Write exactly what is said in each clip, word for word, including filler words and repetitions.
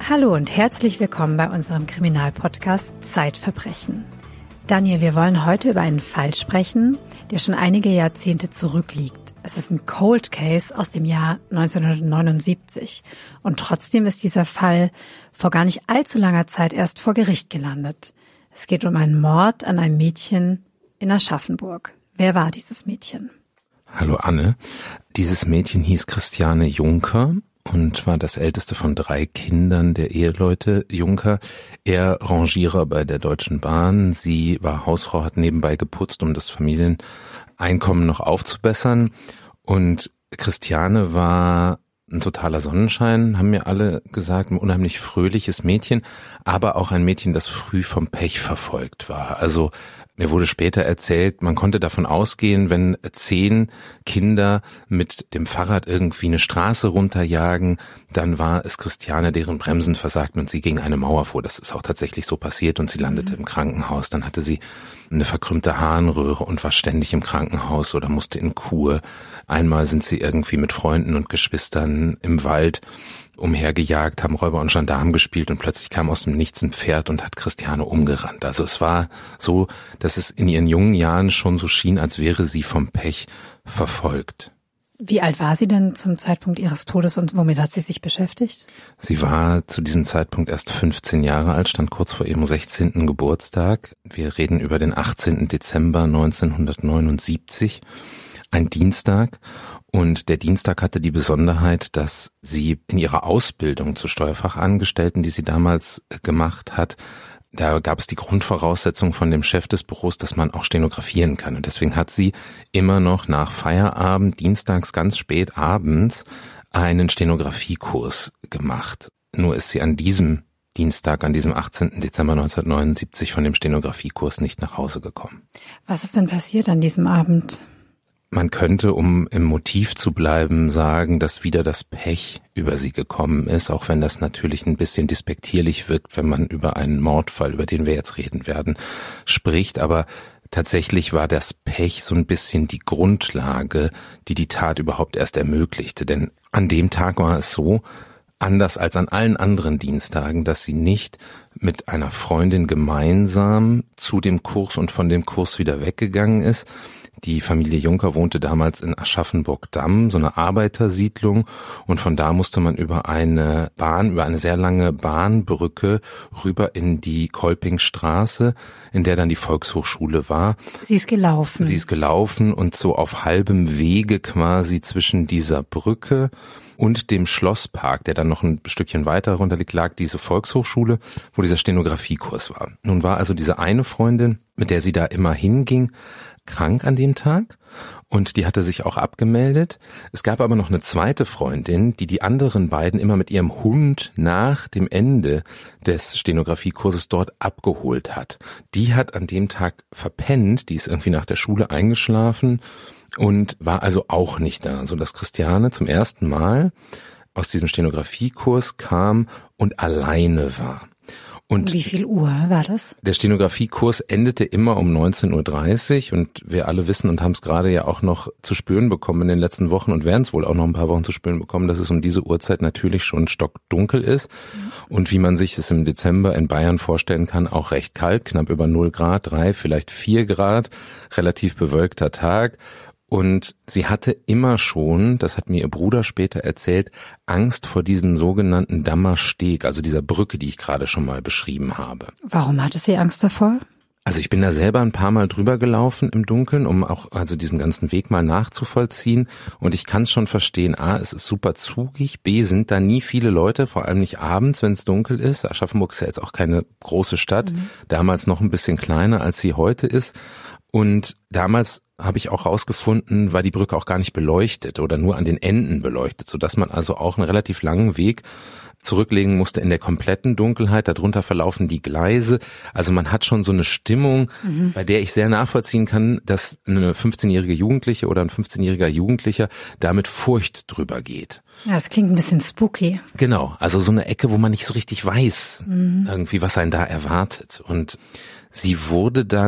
Hallo und herzlich willkommen bei unserem Kriminalpodcast Zeitverbrechen. Daniel, wir wollen heute über einen Fall sprechen, der schon einige Jahrzehnte zurückliegt. Es ist ein Cold Case aus dem Jahr neunzehnhundertneunundsiebzig. Und trotzdem ist dieser Fall vor gar nicht allzu langer Zeit erst vor Gericht gelandet. Es geht um einen Mord an einem Mädchen in Aschaffenburg. Wer war dieses Mädchen? Hallo Anne. Dieses Mädchen hieß Christiane Junker und war das älteste von drei Kindern der Eheleute Junker. Er Rangierer bei der Deutschen Bahn. Sie war Hausfrau, hat nebenbei geputzt, um das Familieneinkommen noch aufzubessern. Und Christiane war ein totaler Sonnenschein, haben mir alle gesagt, ein unheimlich fröhliches Mädchen, aber auch ein Mädchen, das früh vom Pech verfolgt war. Also mir wurde später erzählt, man konnte davon ausgehen, wenn zehn Kinder mit dem Fahrrad irgendwie eine Straße runterjagen, dann war es Christiane, deren Bremsen versagten und sie gegen eine Mauer fuhr. Das ist auch tatsächlich so passiert und sie landete mhm. im Krankenhaus. Dann hatte sie eine verkrümmte Harnröhre und war ständig im Krankenhaus oder musste in Kur. Einmal sind sie irgendwie mit Freunden und Geschwistern im Wald umhergejagt, haben Räuber und Gendarmen gespielt und plötzlich kam aus dem Nichts ein Pferd und hat Christiane umgerannt. Also es war so, dass es in ihren jungen Jahren schon so schien, als wäre sie vom Pech verfolgt. Wie alt war sie denn zum Zeitpunkt ihres Todes und womit hat sie sich beschäftigt? Sie war zu diesem Zeitpunkt erst fünfzehn Jahre alt, stand kurz vor ihrem sechzehnten Geburtstag. Wir reden über den achtzehnten Dezember neunzehnhundertneunundsiebzig, ein Dienstag. Und der Dienstag hatte die Besonderheit, dass sie in ihrer Ausbildung zur Steuerfachangestellten, die sie damals gemacht hat, da gab es die Grundvoraussetzung von dem Chef des Büros, dass man auch stenografieren kann. Und deswegen hat sie immer noch nach Feierabend, dienstags ganz spät abends, einen Stenografiekurs gemacht. Nur ist sie an diesem Dienstag, an diesem achtzehnten Dezember neunzehnhundertneunundsiebzig von dem Stenografiekurs nicht nach Hause gekommen. Was ist denn passiert an diesem Abend? Man könnte, um im Motiv zu bleiben, sagen, dass wieder das Pech über sie gekommen ist, auch wenn das natürlich ein bisschen despektierlich wirkt, wenn man über einen Mordfall, über den wir jetzt reden werden, spricht. Aber tatsächlich war das Pech so ein bisschen die Grundlage, die die Tat überhaupt erst ermöglichte. Denn an dem Tag war es so, anders als an allen anderen Dienstagen, dass sie nicht mit einer Freundin gemeinsam zu dem Kurs und von dem Kurs wieder weggegangen ist. Die Familie Junker wohnte damals in Aschaffenburg-Damm, so eine Arbeitersiedlung, und von da musste man über eine Bahn, über eine sehr lange Bahnbrücke rüber in die Kolpingstraße, in der dann die Volkshochschule war. Sie ist gelaufen. Sie ist gelaufen und so auf halbem Wege quasi zwischen dieser Brücke und dem Schlosspark, der dann noch ein Stückchen weiter runter liegt, lag diese Volkshochschule, wo dieser Stenografiekurs war. Nun war also diese eine Freundin, mit der sie da immer hinging, krank an dem Tag und die hatte sich auch abgemeldet. Es gab aber noch eine zweite Freundin, die die anderen beiden immer mit ihrem Hund nach dem Ende des Stenografiekurses dort abgeholt hat. Die hat an dem Tag verpennt, die ist irgendwie nach der Schule eingeschlafen und war also auch nicht da, sodass Christiane zum ersten Mal aus diesem Stenografiekurs kam und alleine war. Und wie viel Uhr war das? Der Stenografiekurs endete immer um neunzehn Uhr dreißig und wir alle wissen und haben es gerade ja auch noch zu spüren bekommen in den letzten Wochen und werden es wohl auch noch ein paar Wochen zu spüren bekommen, dass es um diese Uhrzeit natürlich schon stockdunkel ist mhm. und wie man sich es im Dezember in Bayern vorstellen kann, auch recht kalt, knapp über null Grad, drei, vielleicht vier Grad, relativ bewölkter Tag. Und sie hatte immer schon, das hat mir ihr Bruder später erzählt, Angst vor diesem sogenannten Dammer Steg, also dieser Brücke, die ich gerade schon mal beschrieben habe. Warum hatte sie Angst davor? Also ich bin da selber ein paar Mal drüber gelaufen im Dunkeln, um auch also diesen ganzen Weg mal nachzuvollziehen. Und ich kann es schon verstehen. A, es ist super zugig. B, sind da nie viele Leute, vor allem nicht abends, wenn es dunkel ist. Aschaffenburg ist ja jetzt auch keine große Stadt. Mhm. Damals noch ein bisschen kleiner, als sie heute ist. Und damals habe ich auch rausgefunden, war die Brücke auch gar nicht beleuchtet oder nur an den Enden beleuchtet, sodass man also auch einen relativ langen Weg zurücklegen musste in der kompletten Dunkelheit. Darunter verlaufen die Gleise. Also man hat schon so eine Stimmung, mhm. bei der ich sehr nachvollziehen kann, dass eine fünfzehnjährige Jugendliche oder ein fünfzehnjähriger Jugendlicher da mit Furcht drüber geht. Ja, das klingt ein bisschen spooky. Genau, also so eine Ecke, wo man nicht so richtig weiß, mhm. irgendwie, was einen da erwartet. Und sie wurde dann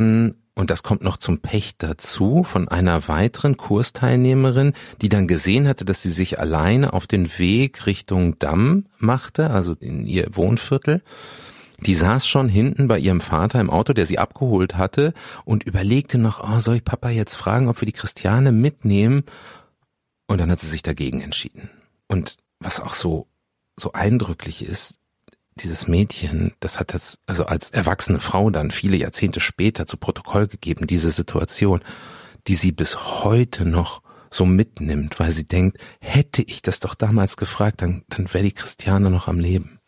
Und das kommt noch zum Pech dazu von einer weiteren Kursteilnehmerin, die dann gesehen hatte, dass sie sich alleine auf den Weg Richtung Damm machte, also in ihr Wohnviertel. Die saß schon hinten bei ihrem Vater im Auto, der sie abgeholt hatte, und überlegte noch, oh, soll ich Papa jetzt fragen, ob wir die Christiane mitnehmen? Und dann hat sie sich dagegen entschieden. Und was auch so, so eindrücklich ist, dieses Mädchen, das hat das also als erwachsene Frau dann viele Jahrzehnte später zu Protokoll gegeben, diese Situation, die sie bis heute noch so mitnimmt, weil sie denkt, hätte ich das doch damals gefragt, dann, dann wäre die Christiane noch am Leben.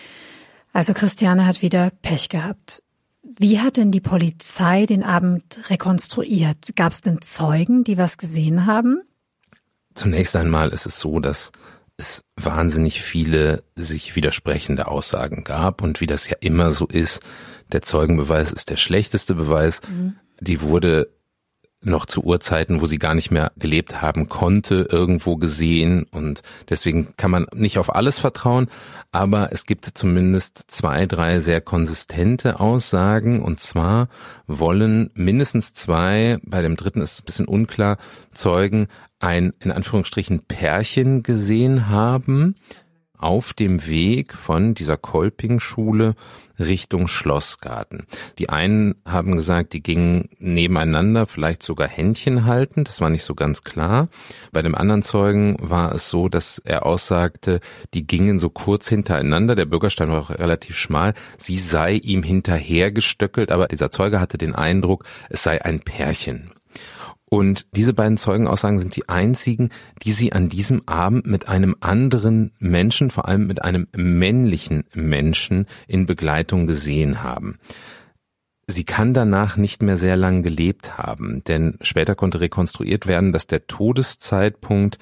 Also Christiane hat wieder Pech gehabt. Wie hat denn die Polizei den Abend rekonstruiert? Gab es denn Zeugen, die was gesehen haben? Zunächst einmal ist es so, dass es wahnsinnig viele sich widersprechende Aussagen gab und wie das ja immer so ist, der Zeugenbeweis ist der schlechteste Beweis. Mhm. Die wurde noch zu Urzeiten, wo sie gar nicht mehr gelebt haben konnte, irgendwo gesehen, und deswegen kann man nicht auf alles vertrauen, aber es gibt zumindest zwei, drei sehr konsistente Aussagen, und zwar wollen mindestens zwei, bei dem dritten ist es ein bisschen unklar, Zeugen ein, in Anführungsstrichen, Pärchen gesehen haben auf dem Weg von dieser Kolping-Schule Richtung Schlossgarten. Die einen haben gesagt, die gingen nebeneinander, vielleicht sogar Händchen haltend, das war nicht so ganz klar. Bei dem anderen Zeugen war es so, dass er aussagte, die gingen so kurz hintereinander, der Bürgersteig war auch relativ schmal, sie sei ihm hinterhergestöckelt, aber dieser Zeuge hatte den Eindruck, es sei ein Pärchen. Und diese beiden Zeugenaussagen sind die einzigen, die sie an diesem Abend mit einem anderen Menschen, vor allem mit einem männlichen Menschen in Begleitung gesehen haben. Sie kann danach nicht mehr sehr lang gelebt haben, denn später konnte rekonstruiert werden, dass der Todeszeitpunkt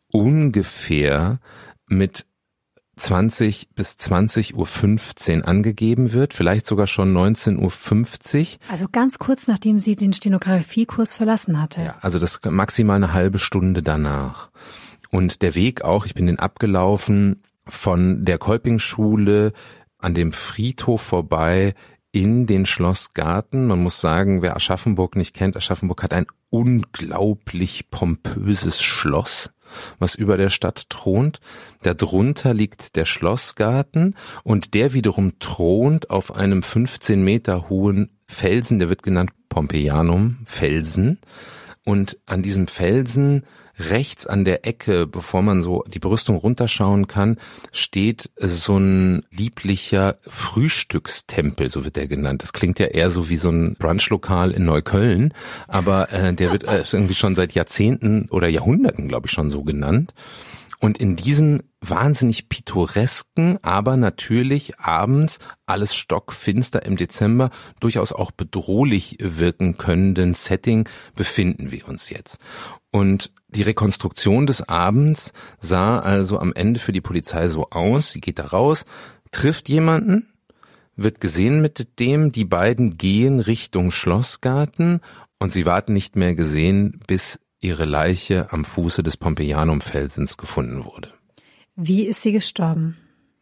ungefähr mit zwanzig bis zwanzig Uhr fünfzehn angegeben wird, vielleicht sogar schon neunzehn Uhr fünfzig. Also ganz kurz, nachdem sie den Stenografiekurs verlassen hatte. Ja, also das maximal eine halbe Stunde danach. Und der Weg auch, ich bin den abgelaufen von der Kolping-Schule an dem Friedhof vorbei in den Schlossgarten. Man muss sagen, wer Aschaffenburg nicht kennt, Aschaffenburg hat ein unglaublich pompöses Schloss, was über der Stadt thront. Darunter liegt der Schlossgarten und der wiederum thront auf einem fünfzehn Meter hohen Felsen, der wird genannt Pompeianum Felsen. Und an diesem Felsen rechts an der Ecke, bevor man so die Brüstung runterschauen kann, steht so ein lieblicher Frühstückstempel, so wird der genannt. Das klingt ja eher so wie so ein Brunchlokal in Neukölln, aber äh, der wird äh, irgendwie schon seit Jahrzehnten oder Jahrhunderten, glaube ich, schon so genannt. Und in diesem wahnsinnig pittoresken, aber natürlich abends, alles stockfinster im Dezember, durchaus auch bedrohlich wirken könnenden Setting befinden wir uns jetzt. Und die Rekonstruktion des Abends sah also am Ende für die Polizei so aus, sie geht da raus, trifft jemanden, wird gesehen mit dem, die beiden gehen Richtung Schlossgarten und sie warten nicht mehr gesehen, bis ihre Leiche am Fuße des Pompeianum-Felsens gefunden wurde. Wie ist sie gestorben?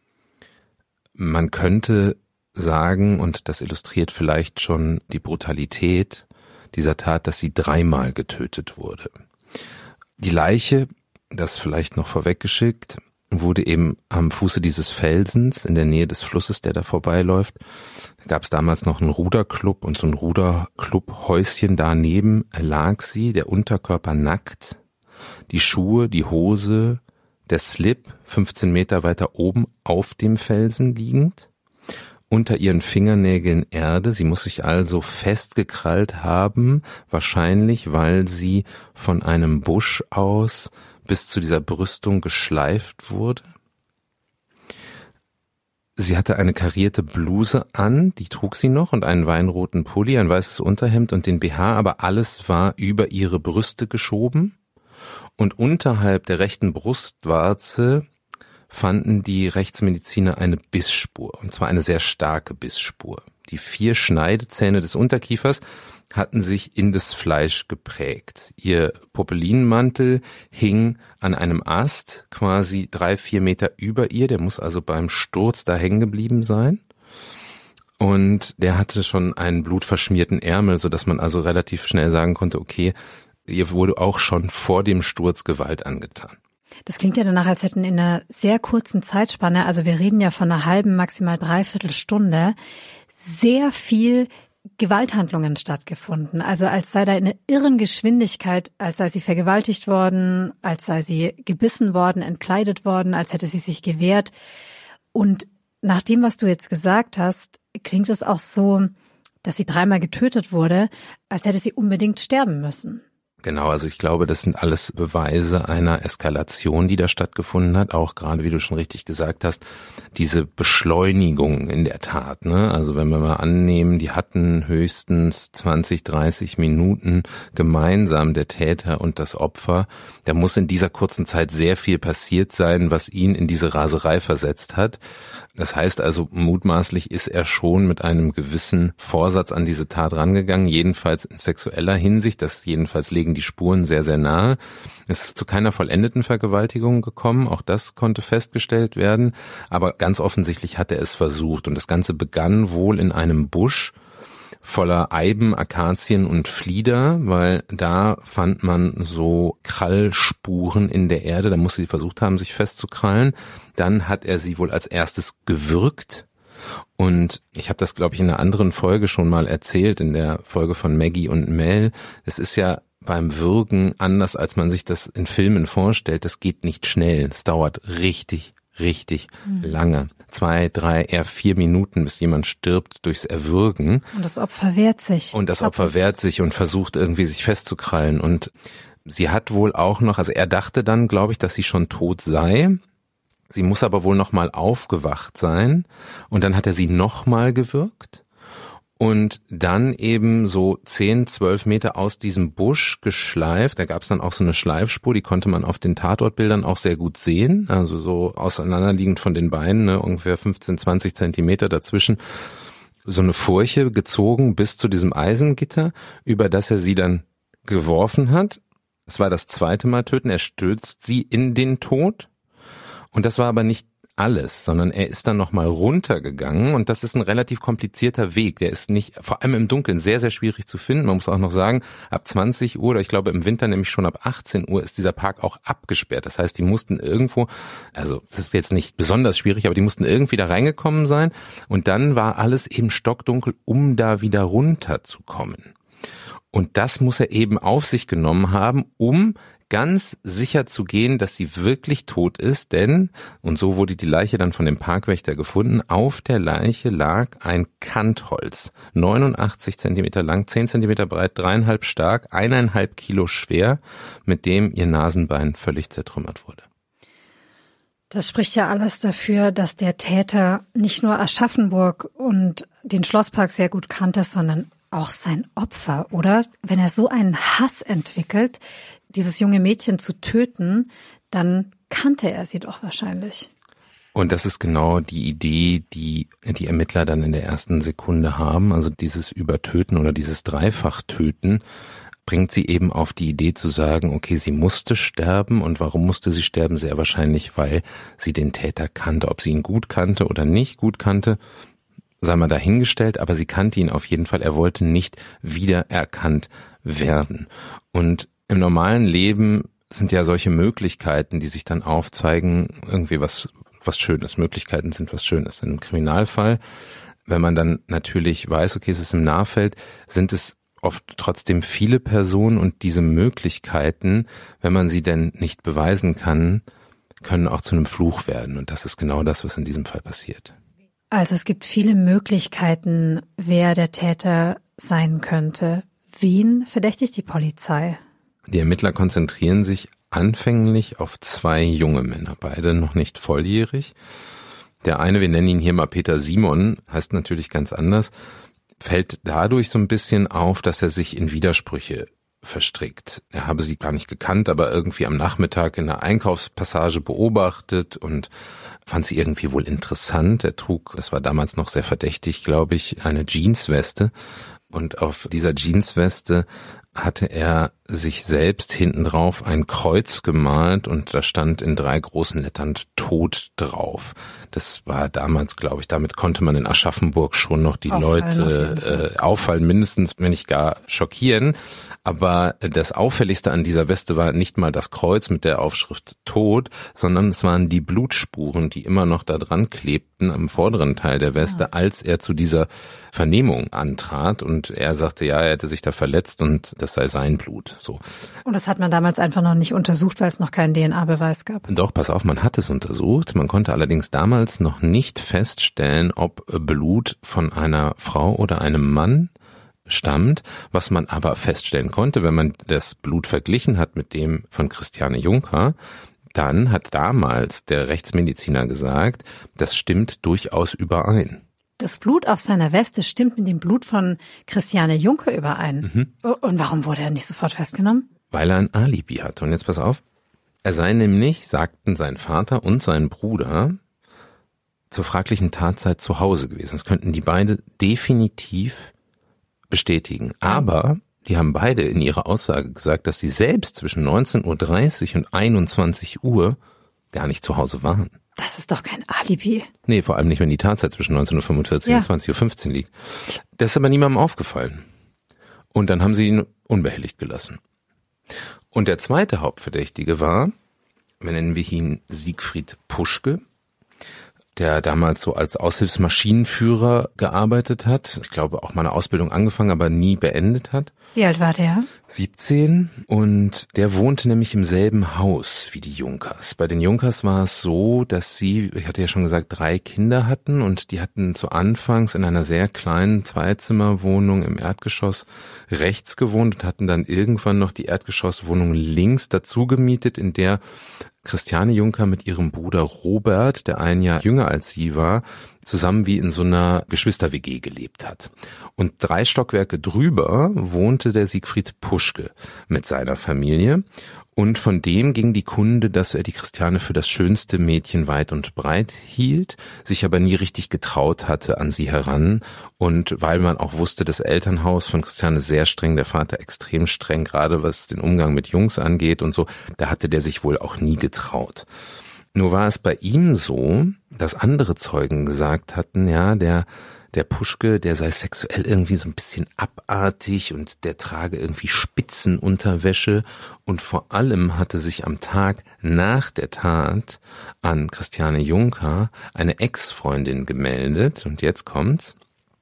Man könnte sagen, und das illustriert vielleicht schon die Brutalität dieser Tat, dass sie dreimal getötet wurde. Die Leiche, das vielleicht noch vorweggeschickt, wurde eben am Fuße dieses Felsens in der Nähe des Flusses, der da vorbeiläuft. Da gab es damals noch einen Ruderclub und so ein Ruderclub-Häuschen daneben lag sie, der Unterkörper nackt, die Schuhe, die Hose, der Slip fünfzehn Meter weiter oben auf dem Felsen liegend, unter ihren Fingernägeln Erde. Sie muss sich also festgekrallt haben, wahrscheinlich weil sie von einem Busch aus bis zu dieser Brüstung geschleift wurde. Sie hatte eine karierte Bluse an, die trug sie noch, und einen weinroten Pulli, ein weißes Unterhemd und den B H, aber alles war über ihre Brüste geschoben. Und unterhalb der rechten Brustwarze fanden die Rechtsmediziner eine Bissspur, und zwar eine sehr starke Bissspur. Die vier Schneidezähne des Unterkiefers hatten sich in das Fleisch geprägt. Ihr Popellinmantel hing an einem Ast, quasi drei, vier Meter über ihr, der muss also beim Sturz da hängen geblieben sein. Und der hatte schon einen blutverschmierten Ärmel, sodass man also relativ schnell sagen konnte, okay, ihr wurde auch schon vor dem Sturz Gewalt angetan. Das klingt ja danach, als hätten in einer sehr kurzen Zeitspanne, also wir reden ja von einer halben, maximal dreiviertel Stunde, sehr viel Gewalthandlungen stattgefunden. Also als sei da in einer irren Geschwindigkeit, als sei sie vergewaltigt worden, als sei sie gebissen worden, entkleidet worden, als hätte sie sich gewehrt. Und nach dem, was du jetzt gesagt hast, klingt es auch so, dass sie dreimal getötet wurde, als hätte sie unbedingt sterben müssen. Genau, also ich glaube, das sind alles Beweise einer Eskalation, die da stattgefunden hat. Auch gerade, wie du schon richtig gesagt hast, diese Beschleunigung in der Tat, ne? Also wenn wir mal annehmen, die hatten höchstens zwanzig, dreißig Minuten gemeinsam, der Täter und das Opfer. Da muss in dieser kurzen Zeit sehr viel passiert sein, was ihn in diese Raserei versetzt hat. Das heißt also, mutmaßlich ist er schon mit einem gewissen Vorsatz an diese Tat rangegangen, jedenfalls in sexueller Hinsicht. Das jedenfalls legen die Spuren sehr, sehr nahe. Es ist zu keiner vollendeten Vergewaltigung gekommen, auch das konnte festgestellt werden. Aber ganz offensichtlich hat er es versucht. Und das Ganze begann wohl in einem Busch voller Eiben, Akazien und Flieder, weil da fand man so Krallspuren in der Erde, da muss sie versucht haben, sich festzukrallen. Dann hat er sie wohl als erstes gewürgt und ich habe das, glaube ich, in einer anderen Folge schon mal erzählt, in der Folge von Maggie und Mel. Es ist ja beim Würgen anders, als man sich das in Filmen vorstellt. Das geht nicht schnell, es dauert richtig, richtig mhm. lange. Zwei, drei, eher vier Minuten, bis jemand stirbt durchs Erwürgen. Und das Opfer wehrt sich. Und das Opfer wehrt sich und versucht irgendwie sich festzukrallen. Und sie hat wohl auch noch, also er dachte dann, glaube ich, dass sie schon tot sei. Sie muss aber wohl noch mal aufgewacht sein. Und dann hat er sie noch mal gewürgt. Und dann eben so zehn, zwölf Meter aus diesem Busch geschleift. Da gab es dann auch so eine Schleifspur, die konnte man auf den Tatortbildern auch sehr gut sehen. Also so auseinanderliegend von den Beinen, ne, ungefähr fünfzehn, zwanzig Zentimeter dazwischen. So eine Furche gezogen bis zu diesem Eisengitter, über das er sie dann geworfen hat. Es war das zweite Mal töten. Er stürzt sie in den Tod. Und das war aber nicht alles, sondern er ist dann nochmal runtergegangen und das ist ein relativ komplizierter Weg. Der ist nicht, vor allem im Dunkeln, sehr, sehr schwierig zu finden. Man muss auch noch sagen, ab zwanzig Uhr oder ich glaube im Winter nämlich schon ab achtzehn Uhr ist dieser Park auch abgesperrt. Das heißt, die mussten irgendwo, also es ist jetzt nicht besonders schwierig, aber die mussten irgendwie da reingekommen sein und dann war alles eben stockdunkel, um da wieder runterzukommen. Und das muss er eben auf sich genommen haben, um ganz sicher zu gehen, dass sie wirklich tot ist, denn, und so wurde die Leiche dann von dem Parkwächter gefunden, auf der Leiche lag ein Kantholz, neunundachtzig Zentimeter lang, zehn Zentimeter breit, dreieinhalb stark, eineinhalb Kilo schwer, mit dem ihr Nasenbein völlig zertrümmert wurde. Das spricht ja alles dafür, dass der Täter nicht nur Aschaffenburg und den Schlosspark sehr gut kannte, sondern auch sein Opfer, oder? Wenn er so einen Hass entwickelt, dieses junge Mädchen zu töten, dann kannte er sie doch wahrscheinlich. Und das ist genau die Idee, die die Ermittler dann in der ersten Sekunde haben. Also dieses Übertöten oder dieses Dreifachtöten bringt sie eben auf die Idee zu sagen, okay, sie musste sterben. Und warum musste sie sterben? Sehr wahrscheinlich, weil sie den Täter kannte. Ob sie ihn gut kannte oder nicht gut kannte, sei mal dahingestellt, aber sie kannte ihn auf jeden Fall. Er wollte nicht wiedererkannt werden. Und im normalen Leben sind ja solche Möglichkeiten, die sich dann aufzeigen, irgendwie was was Schönes. Möglichkeiten sind was Schönes. In einem Kriminalfall, wenn man dann natürlich weiß, okay, es ist im Nahfeld, sind es oft trotzdem viele Personen und diese Möglichkeiten, wenn man sie denn nicht beweisen kann, können auch zu einem Fluch werden. Und das ist genau das, was in diesem Fall passiert. Also es gibt viele Möglichkeiten, wer der Täter sein könnte. Wen verdächtigt die Polizei? Die Ermittler konzentrieren sich anfänglich auf zwei junge Männer, beide noch nicht volljährig. Der eine, wir nennen ihn hier mal Peter Simon, heißt natürlich ganz anders, fällt dadurch so ein bisschen auf, dass er sich in Widersprüche verstrickt. Er habe sie gar nicht gekannt, aber irgendwie am Nachmittag in einer Einkaufspassage beobachtet und fand sie irgendwie wohl interessant. Er trug, es war damals noch sehr verdächtig, glaube ich, eine Jeansweste und auf dieser Jeansweste hatte er sich selbst hinten drauf ein Kreuz gemalt und da stand in drei großen Lettern Tod drauf. Das war damals, glaube ich, damit konnte man in Aschaffenburg schon noch die auffallen, Leute äh, auffallen, mindestens, wenn nicht gar schockieren. Aber das Auffälligste an dieser Weste war nicht mal das Kreuz mit der Aufschrift Tod, sondern es waren die Blutspuren, die immer noch da dran klebten am vorderen Teil der Weste, ja. als er zu dieser Vernehmung antrat. Und er sagte, ja, er hätte sich da verletzt und das sei sein Blut. So. Und das hat man damals einfach noch nicht untersucht, weil es noch keinen D N A-Beweis gab. Doch, pass auf, man hat es untersucht. Man konnte allerdings damals noch nicht feststellen, ob Blut von einer Frau oder einem Mann stammt, was man aber feststellen konnte, wenn man das Blut verglichen hat mit dem von Christiane Juncker, dann hat damals der Rechtsmediziner gesagt, das stimmt durchaus überein. Das Blut auf seiner Weste stimmt mit dem Blut von Christiane Juncker überein. Mhm. Und warum wurde er nicht sofort festgenommen? Weil er ein Alibi hatte. Und jetzt pass auf, er sei nämlich, sagten sein Vater und sein Bruder, zur fraglichen Tatzeit zu Hause gewesen. Das könnten die beide definitiv bestätigen. Aber die haben beide in ihrer Aussage gesagt, dass sie selbst zwischen neunzehn Uhr dreißig und einundzwanzig Uhr gar nicht zu Hause waren. Das ist doch kein Alibi. Nee, vor allem nicht, wenn die Tatzeit zwischen neunzehn Uhr fünfundvierzig ja. und zwanzig Uhr fünfzehn liegt. Das ist aber niemandem aufgefallen. Und dann haben sie ihn unbehelligt gelassen. Und der zweite Hauptverdächtige war, wir nennen wir ihn Siegfried Puschke, der damals so als Aushilfsmaschinenführer gearbeitet hat. Ich glaube, auch mal eine Ausbildung angefangen, aber nie beendet hat. Wie alt war der? siebzehn. Und der wohnte nämlich im selben Haus wie die Junkers. Bei den Junkers war es so, dass sie, ich hatte ja schon gesagt, drei Kinder hatten und die hatten zu Anfangs in einer sehr kleinen Zweizimmerwohnung im Erdgeschoss rechts gewohnt und hatten dann irgendwann noch die Erdgeschosswohnung links dazu gemietet, in der Christiane Juncker mit ihrem Bruder Robert, der ein Jahr jünger als sie war, zusammen wie in so einer Geschwister-W G gelebt hat. Und drei Stockwerke drüber wohnte der Siegfried Puschke mit seiner Familie. Und von dem ging die Kunde, dass er die Christiane für das schönste Mädchen weit und breit hielt, sich aber nie richtig getraut hatte an sie heran. Und weil man auch wusste, das Elternhaus von Christiane sehr streng, der Vater extrem streng, gerade was den Umgang mit Jungs angeht und so, da hatte der sich wohl auch nie getraut. Nur war es bei ihm so, dass andere Zeugen gesagt hatten, ja, der der Puschke, der sei sexuell irgendwie so ein bisschen abartig und der trage irgendwie Spitzenunterwäsche und vor allem hatte sich am Tag nach der Tat an Christiane Juncker eine Ex-Freundin gemeldet und jetzt kommt's,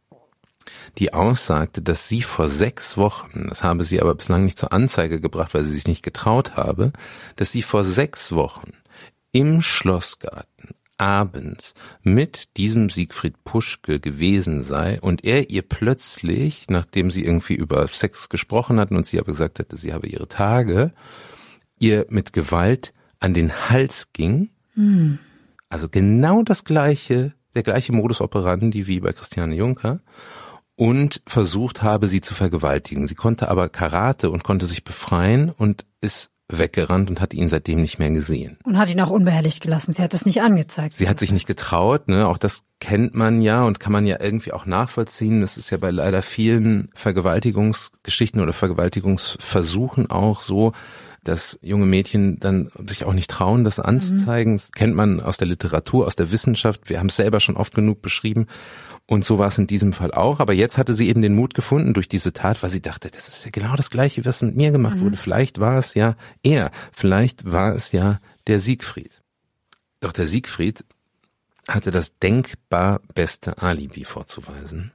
die aussagte, dass sie vor sechs Wochen, das habe sie aber bislang nicht zur Anzeige gebracht, weil sie sich nicht getraut habe, dass sie vor sechs Wochen im Schlossgarten abends mit diesem Siegfried Puschke gewesen sei und er ihr plötzlich, nachdem sie irgendwie über Sex gesprochen hatten und sie aber gesagt hätte, sie habe ihre Tage, ihr mit Gewalt an den Hals ging. Hm. Also genau das gleiche, der gleiche Modus operandi wie bei Christiane Juncker und versucht habe, sie zu vergewaltigen. Sie konnte aber Karate und konnte sich befreien und ist weggerannt und hat ihn seitdem nicht mehr gesehen. Und hat ihn auch unbehelligt gelassen. Sie hat das nicht angezeigt. Sie hat sich nicht getraut, ne? Auch das kennt man ja und kann man ja irgendwie auch nachvollziehen. Das ist ja bei leider vielen Vergewaltigungsgeschichten oder Vergewaltigungsversuchen auch so, dass junge Mädchen dann sich auch nicht trauen, das anzuzeigen. Mhm. Das kennt man aus der Literatur, aus der Wissenschaft. Wir haben es selber schon oft genug beschrieben. Und so war es in diesem Fall auch. Aber jetzt hatte sie eben den Mut gefunden durch diese Tat, weil sie dachte, das ist ja genau das Gleiche, was mit mir gemacht mhm. wurde. Vielleicht war es ja er. Vielleicht war es ja der Siegfried. Doch der Siegfried hatte das denkbar beste Alibi vorzuweisen.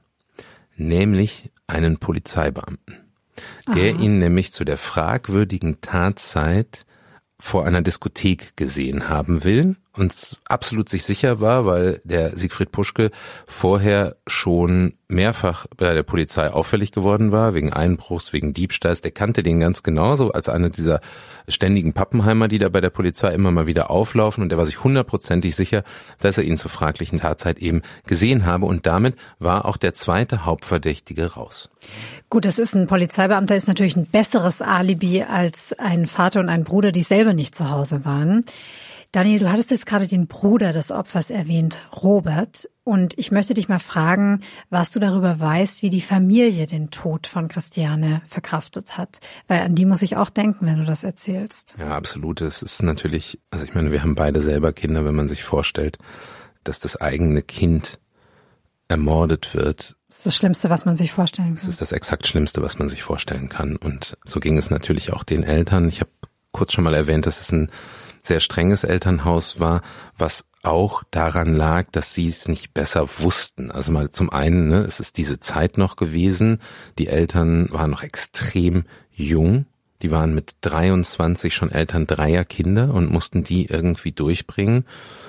Nämlich einen Polizeibeamten. Der Aha. ihn nämlich zu der fragwürdigen Tatzeit vor einer Diskothek gesehen haben will und absolut sich sicher war, weil der Siegfried Puschke vorher schon mehrfach bei der Polizei auffällig geworden war, wegen Einbruchs, wegen Diebstahls. Der kannte den ganz genauso als einer dieser ständigen Pappenheimer, die da bei der Polizei immer mal wieder auflaufen. Und er war sich hundertprozentig sicher, dass er ihn zur fraglichen Tatzeit eben gesehen habe. Und damit war auch der zweite Hauptverdächtige raus. Gut, das ist ein Polizeibeamter, ist natürlich ein besseres Alibi als ein Vater und ein Bruder, die selber nicht zu Hause waren. Daniel, du hattest jetzt gerade den Bruder des Opfers erwähnt, Robert. Und ich möchte dich mal fragen, was du darüber weißt, wie die Familie den Tod von Christiane verkraftet hat. Weil an die muss ich auch denken, wenn du das erzählst. Ja, absolut. Es ist natürlich, also ich meine, wir haben beide selber Kinder, wenn man sich vorstellt, dass das eigene Kind ermordet wird. Das ist das Schlimmste, was man sich vorstellen kann. Das ist das exakt Schlimmste, was man sich vorstellen kann. Und so ging es natürlich auch den Eltern. Ich habe kurz schon mal erwähnt, dass es ein sehr strenges Elternhaus war, was auch daran lag, dass sie es nicht besser wussten. Also mal zum einen, ne, es ist diese Zeit noch gewesen. Die Eltern waren noch extrem jung. Die waren mit dreiundzwanzig schon Eltern dreier Kinder und mussten die irgendwie durchbringen.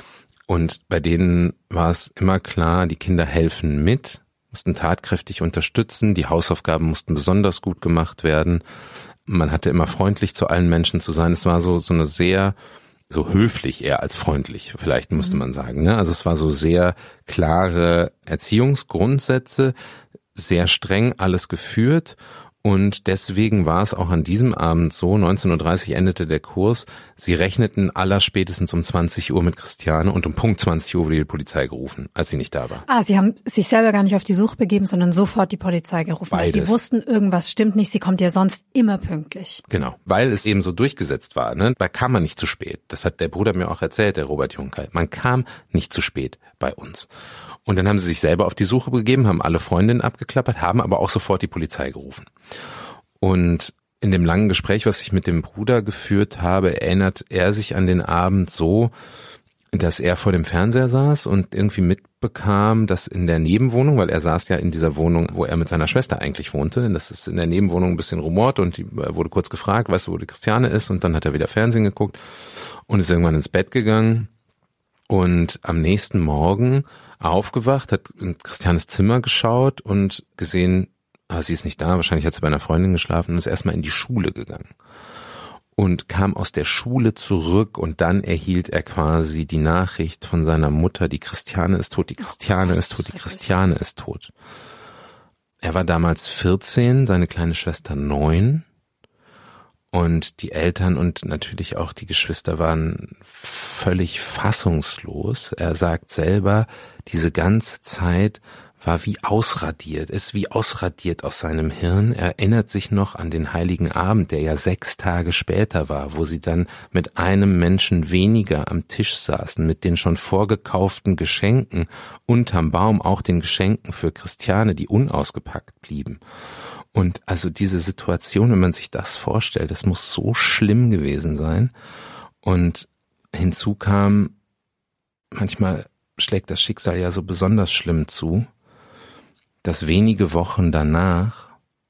Und bei denen war es immer klar, die Kinder helfen mit, mussten tatkräftig unterstützen. Die Hausaufgaben mussten besonders gut gemacht werden. Man hatte immer freundlich zu allen Menschen zu sein. Es war so, so eine sehr, so höflich eher als freundlich, vielleicht müsste man sagen, ne? Also es war so sehr klare Erziehungsgrundsätze, sehr streng alles geführt. Und deswegen war es auch an diesem Abend so, neunzehn Uhr dreißig endete der Kurs, sie rechneten allerspätestens um zwanzig Uhr mit Christiane und um Punkt zwanzig Uhr wurde die Polizei gerufen, als sie nicht da war. Ah, sie haben sich selber gar nicht auf die Suche begeben, sondern sofort die Polizei gerufen. Beides. Weil sie wussten, irgendwas stimmt nicht, sie kommt ja sonst immer pünktlich. Genau, weil es eben so durchgesetzt war, ne? Da kam man nicht zu spät. Das hat der Bruder mir auch erzählt, der Robert Juncker. Man kam nicht zu spät bei uns. Und dann haben sie sich selber auf die Suche begeben, haben alle Freundinnen abgeklappert, haben aber auch sofort die Polizei gerufen. Und in dem langen Gespräch, was ich mit dem Bruder geführt habe, erinnert er sich an den Abend so, dass er vor dem Fernseher saß und irgendwie mitbekam, dass in der Nebenwohnung, weil er saß ja in dieser Wohnung, wo er mit seiner Schwester eigentlich wohnte, dass es in der Nebenwohnung ein bisschen rumort und die wurde kurz gefragt, weißt du, wo die Christiane ist, und dann hat er wieder Fernsehen geguckt und ist irgendwann ins Bett gegangen und am nächsten Morgen aufgewacht, hat in Christianes Zimmer geschaut und gesehen, ah, sie ist nicht da, wahrscheinlich hat sie bei einer Freundin geschlafen und ist erstmal in die Schule gegangen. Und kam aus der Schule zurück und dann erhielt er quasi die Nachricht von seiner Mutter, die Christiane ist tot, die Christiane ist tot, die Christiane ist tot. Er war damals vierzehn, seine kleine Schwester neun. Und die Eltern und natürlich auch die Geschwister waren völlig fassungslos. Er sagt selber, diese ganze Zeit war wie ausradiert, ist wie ausradiert aus seinem Hirn. Er erinnert sich noch an den Heiligen Abend, der ja sechs Tage später war, wo sie dann mit einem Menschen weniger am Tisch saßen, mit den schon vorgekauften Geschenken unterm Baum, auch den Geschenken für Christiane, die unausgepackt blieben. Und also diese Situation, wenn man sich das vorstellt, das muss so schlimm gewesen sein. Und hinzu kam, manchmal schlägt das Schicksal ja so besonders schlimm zu, dass wenige Wochen danach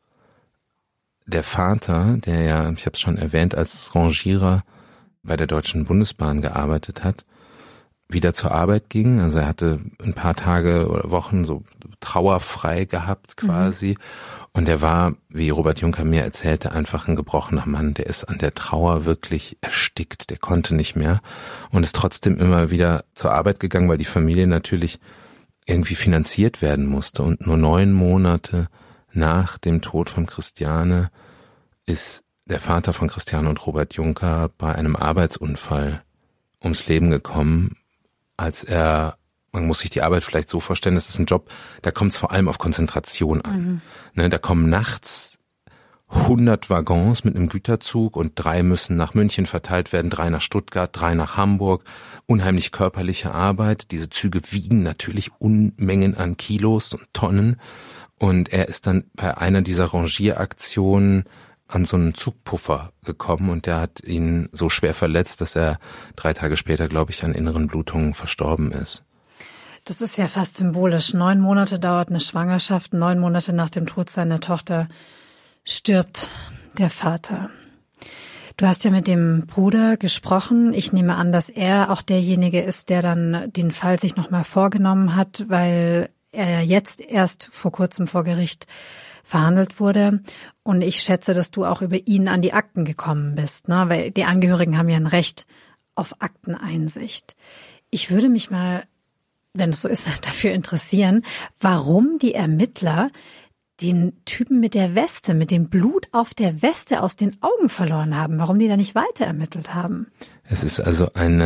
der Vater, der ja, ich habe es schon erwähnt, als Rangierer bei der Deutschen Bundesbahn gearbeitet hat, wieder zur Arbeit ging. Also er hatte ein paar Tage oder Wochen so trauerfrei gehabt quasi. Mhm. Und er war, wie Robert Juncker mir erzählte, einfach ein gebrochener Mann. Der ist an der Trauer wirklich erstickt. Der konnte nicht mehr und ist trotzdem immer wieder zur Arbeit gegangen, weil die Familie natürlich irgendwie finanziert werden musste. Und nur neun Monate nach dem Tod von Christiane ist der Vater von Christiane und Robert Juncker bei einem Arbeitsunfall ums Leben gekommen, als er, man muss sich die Arbeit vielleicht so vorstellen, das ist ein Job, da kommt es vor allem auf Konzentration an. Mhm. Ne, da kommen nachts hundert Waggons mit einem Güterzug und drei müssen nach München verteilt werden, drei nach Stuttgart, drei nach Hamburg. Unheimlich körperliche Arbeit. Diese Züge wiegen natürlich Unmengen an Kilos und Tonnen. Und er ist dann bei einer dieser Rangieraktionen an so einen Zugpuffer gekommen und der hat ihn so schwer verletzt, dass er drei Tage später, glaube ich, an inneren Blutungen verstorben ist. Das ist ja fast symbolisch. Neun Monate dauert eine Schwangerschaft, neun Monate nach dem Tod seiner Tochter stirbt der Vater. Du hast ja mit dem Bruder gesprochen. Ich nehme an, dass er auch derjenige ist, der dann den Fall sich nochmal vorgenommen hat, weil er jetzt erst vor kurzem vor Gericht verhandelt wurde. Und ich schätze, dass du auch über ihn an die Akten gekommen bist, ne? Weil die Angehörigen haben ja ein Recht auf Akteneinsicht. Ich würde mich mal, wenn es so ist, dafür interessieren, warum die Ermittler den Typen mit der Weste, mit dem Blut auf der Weste aus den Augen verloren haben, warum die da nicht weiter ermittelt haben. Es ist also eine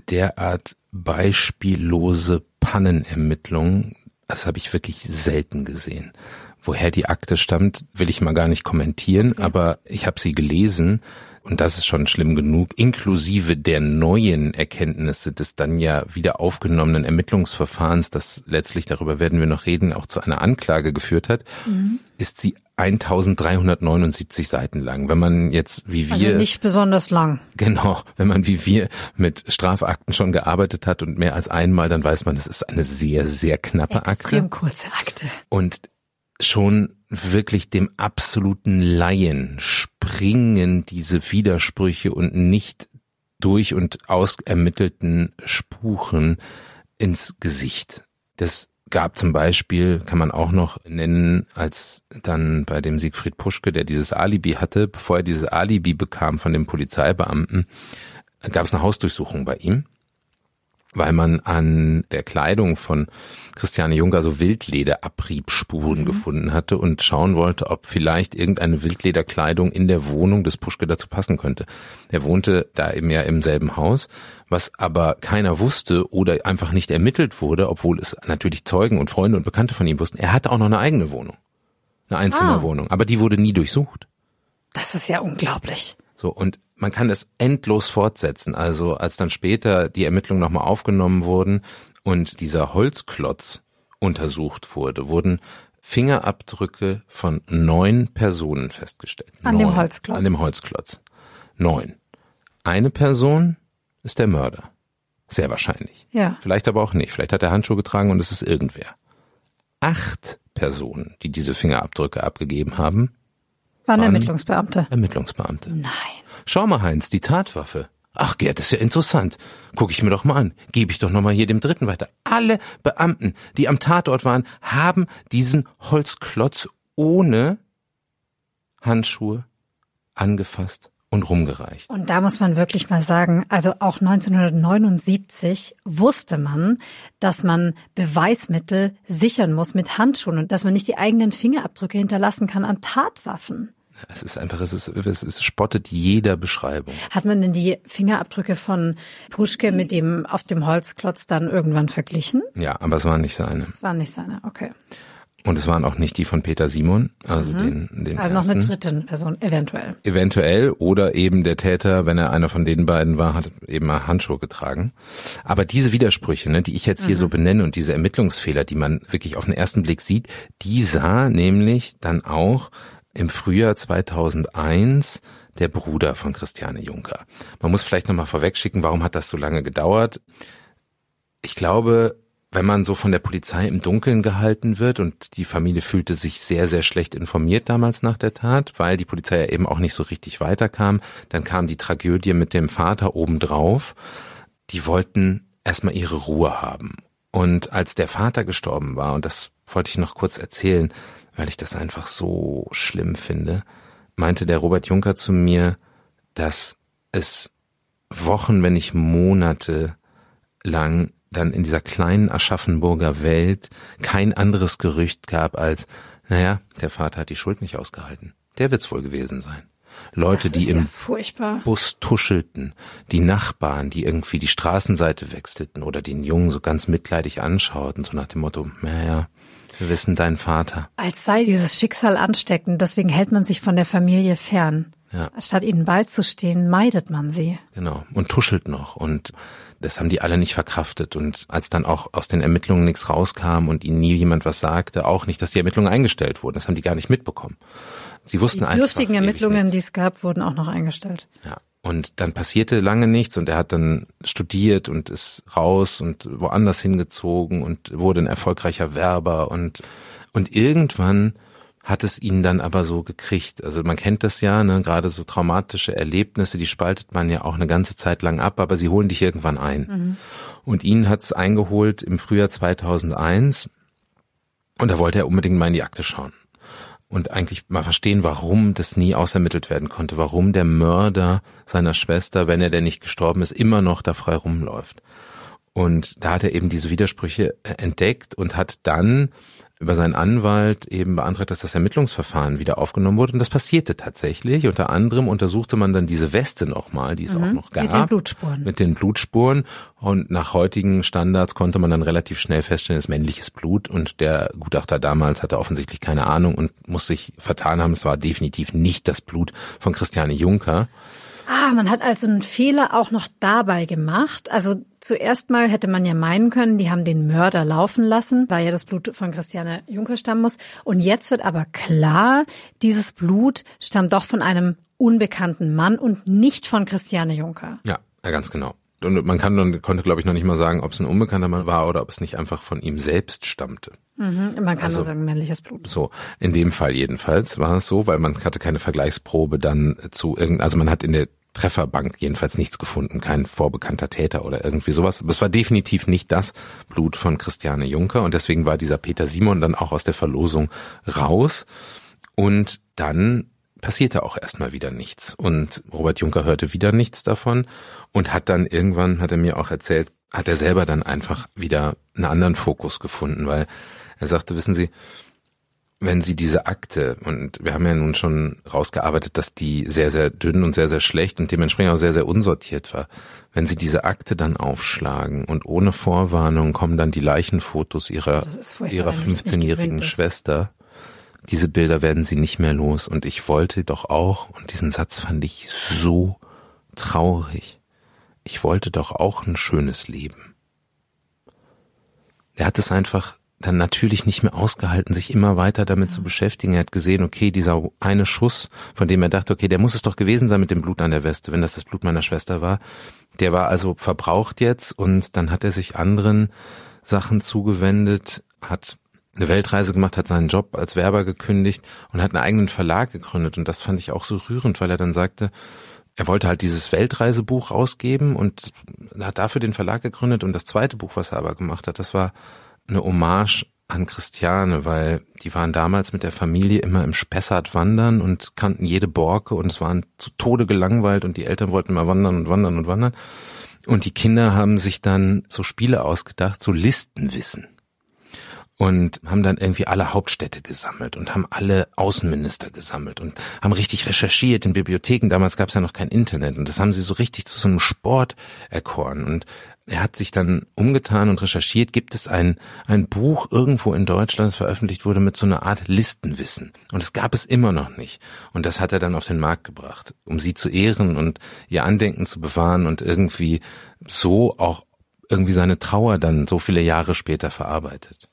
derart beispiellose Pannenermittlung, das habe ich wirklich selten gesehen. Woher die Akte stammt, will ich mal gar nicht kommentieren, ja. aber ich habe sie gelesen und das ist schon schlimm genug, inklusive der neuen Erkenntnisse des dann ja wieder aufgenommenen Ermittlungsverfahrens, das letztlich, darüber werden wir noch reden, auch zu einer Anklage geführt hat, mhm. ist sie eintausenddreihundertneunundsiebzig Seiten lang. Wenn man jetzt wie wir... Also nicht besonders lang. Genau, wenn man wie wir mit Strafakten schon gearbeitet hat und mehr als einmal, dann weiß man, es ist eine sehr, sehr knappe Akte. Extrem kurze Akte. Und schon wirklich dem absoluten Laien springen diese Widersprüche und nicht durch und aus ermittelten Spuren ins Gesicht. Das gab zum Beispiel, kann man auch noch nennen, als dann bei dem Siegfried Puschke, der dieses Alibi hatte, bevor er dieses Alibi bekam von dem Polizeibeamten, gab es eine Hausdurchsuchung bei ihm, weil man an der Kleidung von Christiane Juncker so Wildlederabriebspuren mhm. gefunden hatte und schauen wollte, ob vielleicht irgendeine Wildlederkleidung in der Wohnung des Puschke dazu passen könnte. Er wohnte da eben ja im selben Haus, was aber keiner wusste oder einfach nicht ermittelt wurde, obwohl es natürlich Zeugen und Freunde und Bekannte von ihm wussten. Er hatte auch noch eine eigene Wohnung, eine Einzimmerwohnung, ah. aber die wurde nie durchsucht. Das ist ja unglaublich. So, und man kann es endlos fortsetzen. Also als dann später die Ermittlungen nochmal aufgenommen wurden und dieser Holzklotz untersucht wurde, wurden Fingerabdrücke von neun Personen festgestellt. An neun. dem Holzklotz? An dem Holzklotz. Neun. Eine Person ist der Mörder. Sehr wahrscheinlich. Ja. Vielleicht aber auch nicht. Vielleicht hat er Handschuhe getragen und es ist irgendwer. Acht Personen, die diese Fingerabdrücke abgegeben haben, waren Ermittlungsbeamte. Ermittlungsbeamte. Nein. Schau mal, Heinz, die Tatwaffe. Ach, Gerd, das ist ja interessant. Guck ich mir doch mal an. Gebe ich doch noch mal hier dem Dritten weiter. Alle Beamten, die am Tatort waren, haben diesen Holzklotz ohne Handschuhe angefasst und rumgereicht. Und da muss man wirklich mal sagen, also auch neunzehnhundertneunundsiebzig wusste man, dass man Beweismittel sichern muss mit Handschuhen und dass man nicht die eigenen Fingerabdrücke hinterlassen kann an Tatwaffen. Es ist einfach, es ist, es ist, spottet jeder Beschreibung. Hat man denn die Fingerabdrücke von Puschke mit dem auf dem Holzklotz dann irgendwann verglichen? Ja, aber es waren nicht seine. Es waren nicht seine, okay. Und es waren auch nicht die von Peter Simon, also mhm. den, den Also ersten. noch eine dritte Person, eventuell. Eventuell, oder eben der Täter, wenn er einer von den beiden war, hat eben mal Handschuhe getragen. Aber diese Widersprüche, ne, die ich jetzt hier mhm. so benenne und diese Ermittlungsfehler, die man wirklich auf den ersten Blick sieht, die sah nämlich dann auch im Frühjahr zweitausendeins der Bruder von Christiane Juncker. Man muss vielleicht nochmal vorwegschicken, warum hat das so lange gedauert? Ich glaube, wenn man so von der Polizei im Dunkeln gehalten wird und die Familie fühlte sich sehr, sehr schlecht informiert damals nach der Tat, weil die Polizei ja eben auch nicht so richtig weiterkam, dann kam die Tragödie mit dem Vater obendrauf. Die wollten erstmal ihre Ruhe haben. Und als der Vater gestorben war, und das wollte ich noch kurz erzählen, weil ich das einfach so schlimm finde, meinte der Robert Juncker zu mir, dass es Wochen, wenn nicht Monate lang dann in dieser kleinen Aschaffenburger Welt kein anderes Gerücht gab als, naja, der Vater hat die Schuld nicht ausgehalten. Der wird's wohl gewesen sein. Leute, die im furchtbar. Bus tuschelten, die Nachbarn, die irgendwie die Straßenseite wechselten oder den Jungen so ganz mitleidig anschauten, so nach dem Motto, naja, wir wissen deinen Vater. Als sei dieses Schicksal ansteckend, deswegen hält man sich von der Familie fern. Ja. Statt ihnen beizustehen, meidet man sie. Genau, und tuschelt noch. Und das haben die alle nicht verkraftet. Und als dann auch aus den Ermittlungen nichts rauskam und ihnen nie jemand was sagte, auch nicht, dass die Ermittlungen eingestellt wurden. Das haben die gar nicht mitbekommen. Sie wussten einfach. Die dürftigen Ermittlungen, die es gab, wurden auch noch eingestellt. Ja. Und dann passierte lange nichts und er hat dann studiert und ist raus und woanders hingezogen und wurde ein erfolgreicher Werber und, und irgendwann hat es ihn dann aber so gekriegt. Also man kennt das ja, ne, gerade so traumatische Erlebnisse, die spaltet man ja auch eine ganze Zeit lang ab, aber sie holen dich irgendwann ein. Mhm. Und ihn hat's eingeholt im Frühjahr zweitausendeins und da wollte er unbedingt mal in die Akte schauen. Und eigentlich mal verstehen, warum das nie ausermittelt werden konnte, warum der Mörder seiner Schwester, wenn er denn nicht gestorben ist, immer noch da frei rumläuft. Und da hat er eben diese Widersprüche entdeckt und hat dann über seinen Anwalt eben beantragt, dass das Ermittlungsverfahren wieder aufgenommen wurde. Und das passierte tatsächlich. Unter anderem untersuchte man dann diese Weste nochmal, die es mhm, auch noch gab. Mit den Blutspuren. Mit den Blutspuren. Und nach heutigen Standards konnte man dann relativ schnell feststellen, es ist männliches Blut. Und der Gutachter damals hatte offensichtlich keine Ahnung und muss sich vertan haben. Es war definitiv nicht das Blut von Christiane Juncker. Ah, man hat also einen Fehler auch noch dabei gemacht. Also zuerst mal hätte man ja meinen können, die haben den Mörder laufen lassen, weil ja das Blut von Christiane Juncker stammen muss. Und jetzt wird aber klar, dieses Blut stammt doch von einem unbekannten Mann und nicht von Christiane Juncker. Ja, ja, ganz genau. Und man kann und konnte, glaube ich, noch nicht mal sagen, ob es ein unbekannter Mann war oder ob es nicht einfach von ihm selbst stammte. Mhm, man kann also nur sagen, männliches Blut. So, in dem Fall jedenfalls war es so, weil man hatte keine Vergleichsprobe dann zu irgendeinem, also man hat in der Trefferbank jedenfalls nichts gefunden, kein vorbekannter Täter oder irgendwie sowas. Aber es war definitiv nicht das Blut von Christiane Juncker und deswegen war dieser Peter Simon dann auch aus der Verlosung raus und dann passierte auch erstmal wieder nichts und Robert Juncker hörte wieder nichts davon und hat dann irgendwann, hat er mir auch erzählt, hat er selber dann einfach wieder einen anderen Fokus gefunden, weil er sagte, wissen Sie, wenn Sie diese Akte, und wir haben ja nun schon rausgearbeitet, dass die sehr, sehr dünn und sehr, sehr schlecht und dementsprechend auch sehr, sehr unsortiert war, wenn Sie diese Akte dann aufschlagen und ohne Vorwarnung kommen dann die Leichenfotos ihrer, ihrer fünfzehnjährigen Schwester, diese Bilder werden Sie nicht mehr los und ich wollte doch auch, und diesen Satz fand ich so traurig, ich wollte doch auch ein schönes Leben. Er hat es einfach dann natürlich nicht mehr ausgehalten, sich immer weiter damit zu beschäftigen. Er hat gesehen, okay, dieser eine Schuss, von dem er dachte, okay, der muss es doch gewesen sein mit dem Blut an der Weste, wenn das das Blut meiner Schwester war. Der war also verbraucht jetzt und dann hat er sich anderen Sachen zugewendet, hat eine Weltreise gemacht, hat seinen Job als Werber gekündigt und hat einen eigenen Verlag gegründet. Und das fand ich auch so rührend, weil er dann sagte, er wollte halt dieses Weltreisebuch rausgeben und hat dafür den Verlag gegründet. Und das zweite Buch, was er aber gemacht hat, das war eine Hommage an Christiane, weil die waren damals mit der Familie immer im Spessart wandern und kannten jede Borke und es waren zu Tode gelangweilt und die Eltern wollten immer wandern und wandern und wandern. Und die Kinder haben sich dann so Spiele ausgedacht, so Listenwissen. Und haben dann irgendwie alle Hauptstädte gesammelt und haben alle Außenminister gesammelt und haben richtig recherchiert in Bibliotheken. Damals gab es ja noch kein Internet und das haben sie so richtig zu so einem Sport erkoren. Und er hat sich dann umgetan und recherchiert. Gibt es ein ein Buch irgendwo in Deutschland, das veröffentlicht wurde mit so einer Art Listenwissen? Und es gab es immer noch nicht. Und das hat er dann auf den Markt gebracht, um sie zu ehren und ihr Andenken zu bewahren und irgendwie so auch irgendwie seine Trauer dann so viele Jahre später verarbeitet.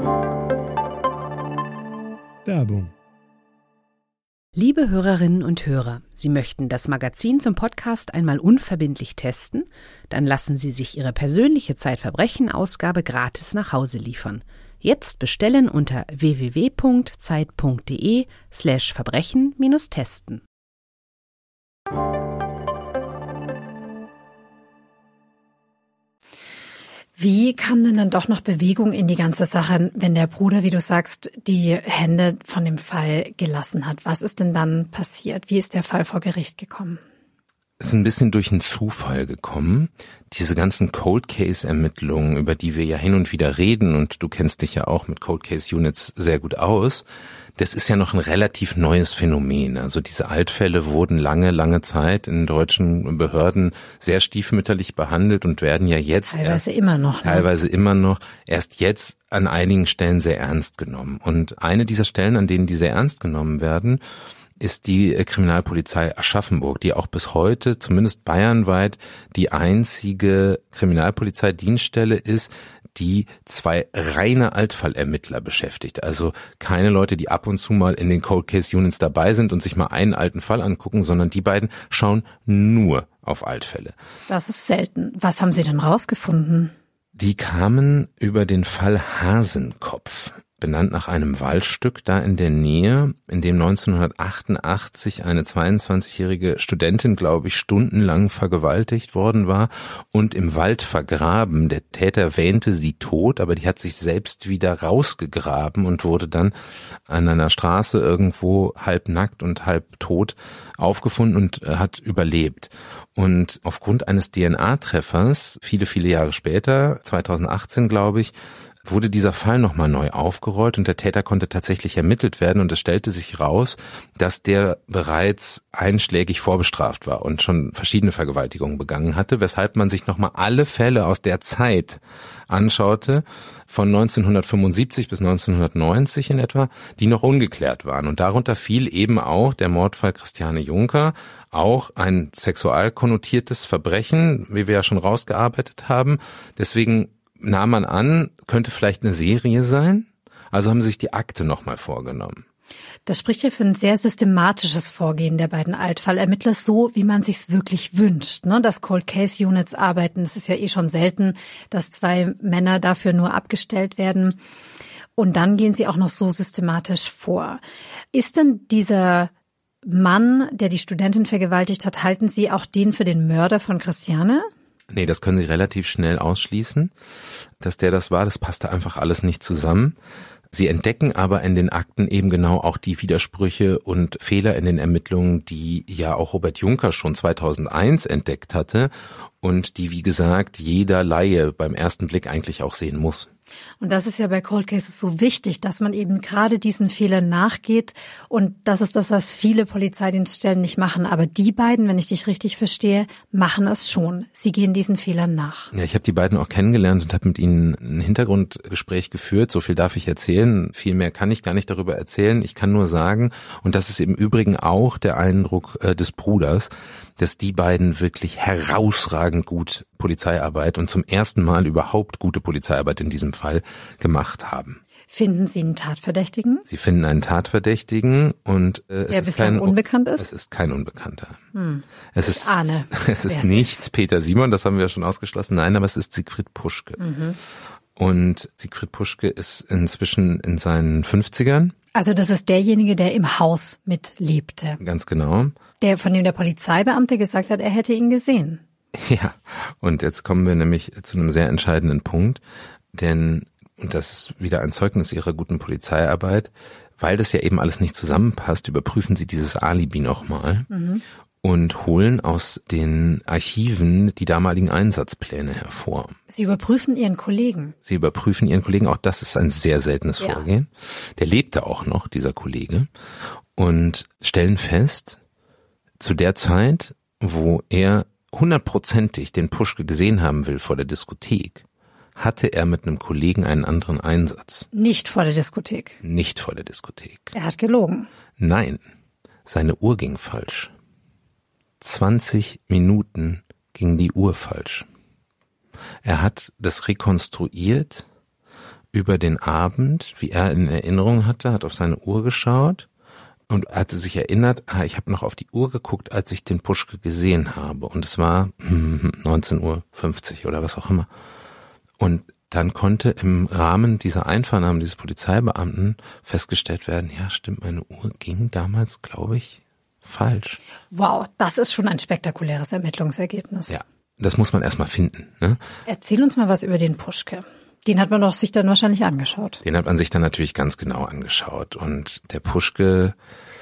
Werbung. Liebe Hörerinnen und Hörer, Sie möchten das Magazin zum Podcast einmal unverbindlich testen? Dann lassen Sie sich Ihre persönliche Zeitverbrechen-Ausgabe gratis nach Hause liefern. Jetzt bestellen unter w w w punkt zeit punkt de slash verbrechen minus testen. Wie kam denn dann doch noch Bewegung in die ganze Sache, wenn der Bruder, wie du sagst, die Hände von dem Fall gelassen hat? Was ist denn dann passiert? Wie ist der Fall vor Gericht gekommen? Es ist ein bisschen durch einen Zufall gekommen. Diese ganzen Cold Case Ermittlungen, über die wir ja hin und wieder reden, und du kennst dich ja auch mit Cold Case Units sehr gut aus, das ist ja noch ein relativ neues Phänomen. Also diese Altfälle wurden lange, lange Zeit in deutschen Behörden sehr stiefmütterlich behandelt und werden ja jetzt teilweise erst, immer noch, ne? teilweise immer noch erst jetzt an einigen Stellen sehr ernst genommen. Und eine dieser Stellen, an denen die sehr ernst genommen werden, ist die Kriminalpolizei Aschaffenburg, die auch bis heute, zumindest bayernweit, die einzige Kriminalpolizeidienststelle ist, die zwei reine Altfallermittler beschäftigt. Also keine Leute, die ab und zu mal in den Cold Case Units dabei sind und sich mal einen alten Fall angucken, sondern die beiden schauen nur auf Altfälle. Das ist selten. Was haben Sie denn rausgefunden? Die kamen über den Fall Hasenkopf, benannt nach einem Waldstück da in der Nähe, in dem neunzehnhundertachtundachtzig eine zweiundzwanzigjährige Studentin, glaube ich, stundenlang vergewaltigt worden war und im Wald vergraben. Der Täter wähnte sie tot, aber die hat sich selbst wieder rausgegraben und wurde dann an einer Straße irgendwo halb nackt und halb tot aufgefunden und hat überlebt. Und aufgrund eines D N A-Treffers, viele, viele Jahre später, zweitausendachtzehn, glaube ich, wurde dieser Fall nochmal neu aufgerollt und der Täter konnte tatsächlich ermittelt werden und es stellte sich raus, dass der bereits einschlägig vorbestraft war und schon verschiedene Vergewaltigungen begangen hatte, weshalb man sich nochmal alle Fälle aus der Zeit anschaute, von neunzehnhundertfünfundsiebzig bis neunzehnhundertneunzig in etwa, die noch ungeklärt waren. Und darunter fiel eben auch der Mordfall Christiane Junker, auch ein sexual konnotiertes Verbrechen, wie wir ja schon rausgearbeitet haben. Deswegen nahm man an, könnte vielleicht eine Serie sein. Also haben sie sich die Akte nochmal vorgenommen. Das spricht ja für ein sehr systematisches Vorgehen der beiden Altfallermittler, so wie man sich's wirklich wünscht, ne? Dass Cold Case Units arbeiten, es ist ja eh schon selten, dass zwei Männer dafür nur abgestellt werden. Und dann gehen sie auch noch so systematisch vor. Ist denn dieser Mann, der die Studentin vergewaltigt hat, halten Sie auch den für den Mörder von Christiane? Nee, das können Sie relativ schnell ausschließen. Dass der das war, das passte einfach alles nicht zusammen. Sie entdecken aber in den Akten eben genau auch die Widersprüche und Fehler in den Ermittlungen, die ja auch Robert Junker schon zweitausendeins entdeckt hatte und die, wie gesagt, jeder Laie beim ersten Blick eigentlich auch sehen muss. Und das ist ja bei Cold Cases so wichtig, dass man eben gerade diesen Fehlern nachgeht. Und das ist das, was viele Polizeidienststellen nicht machen. Aber die beiden, wenn ich dich richtig verstehe, machen es schon. Sie gehen diesen Fehlern nach. Ja, ich habe die beiden auch kennengelernt und habe mit ihnen ein Hintergrundgespräch geführt. So viel darf ich erzählen. Viel mehr kann ich gar nicht darüber erzählen. Ich kann nur sagen, und das ist im Übrigen auch der Eindruck äh, des Bruders, dass die beiden wirklich herausragend gut Polizeiarbeit und zum ersten Mal überhaupt gute Polizeiarbeit in diesem Fall gemacht haben. Finden Sie einen Tatverdächtigen? Sie finden einen Tatverdächtigen und äh, es der ist bislang kein unbekannt ist? Es ist kein Unbekannter. Hm. Es ich ist ahne, es ist nicht Peter Simon, das haben wir ja schon ausgeschlossen. Nein, aber es ist Siegfried Puschke. Mhm. Und Siegfried Puschke ist inzwischen in seinen fünfzigern. Also das ist derjenige, der im Haus mitlebte. Ganz genau. Der, von dem der Polizeibeamte gesagt hat, er hätte ihn gesehen. Ja, und jetzt kommen wir nämlich zu einem sehr entscheidenden Punkt, denn, und das ist wieder ein Zeugnis ihrer guten Polizeiarbeit, weil das ja eben alles nicht zusammenpasst, überprüfen sie dieses Alibi nochmal mhm. und holen aus den Archiven die damaligen Einsatzpläne hervor. Sie überprüfen Ihren Kollegen. Sie überprüfen Ihren Kollegen, auch das ist ein sehr seltenes ja. Vorgehen. Der lebte auch noch, dieser Kollege, und stellen fest, zu der Zeit, wo er hundertprozentig den Puschke gesehen haben will vor der Diskothek, hatte er mit einem Kollegen einen anderen Einsatz. Nicht vor der Diskothek. Nicht vor der Diskothek. Er hat gelogen. Nein, seine Uhr ging falsch. zwanzig Minuten ging die Uhr falsch. Er hat das rekonstruiert über den Abend, wie er in Erinnerung hatte, hat auf seine Uhr geschaut und hatte sich erinnert, ah, ich habe noch auf die Uhr geguckt, als ich den Puschke gesehen habe. Und es war neunzehn Uhr fünfzig oder was auch immer. Und dann konnte im Rahmen dieser Einvernahme dieses Polizeibeamten festgestellt werden, ja stimmt, meine Uhr ging damals, glaube ich, falsch. Wow, das ist schon ein spektakuläres Ermittlungsergebnis. Ja, das muss man erstmal finden. Ne? Erzähl uns mal was über den Puschke. Den hat man doch sich dann wahrscheinlich angeschaut. Den hat man sich dann natürlich ganz genau angeschaut. Und der Puschke,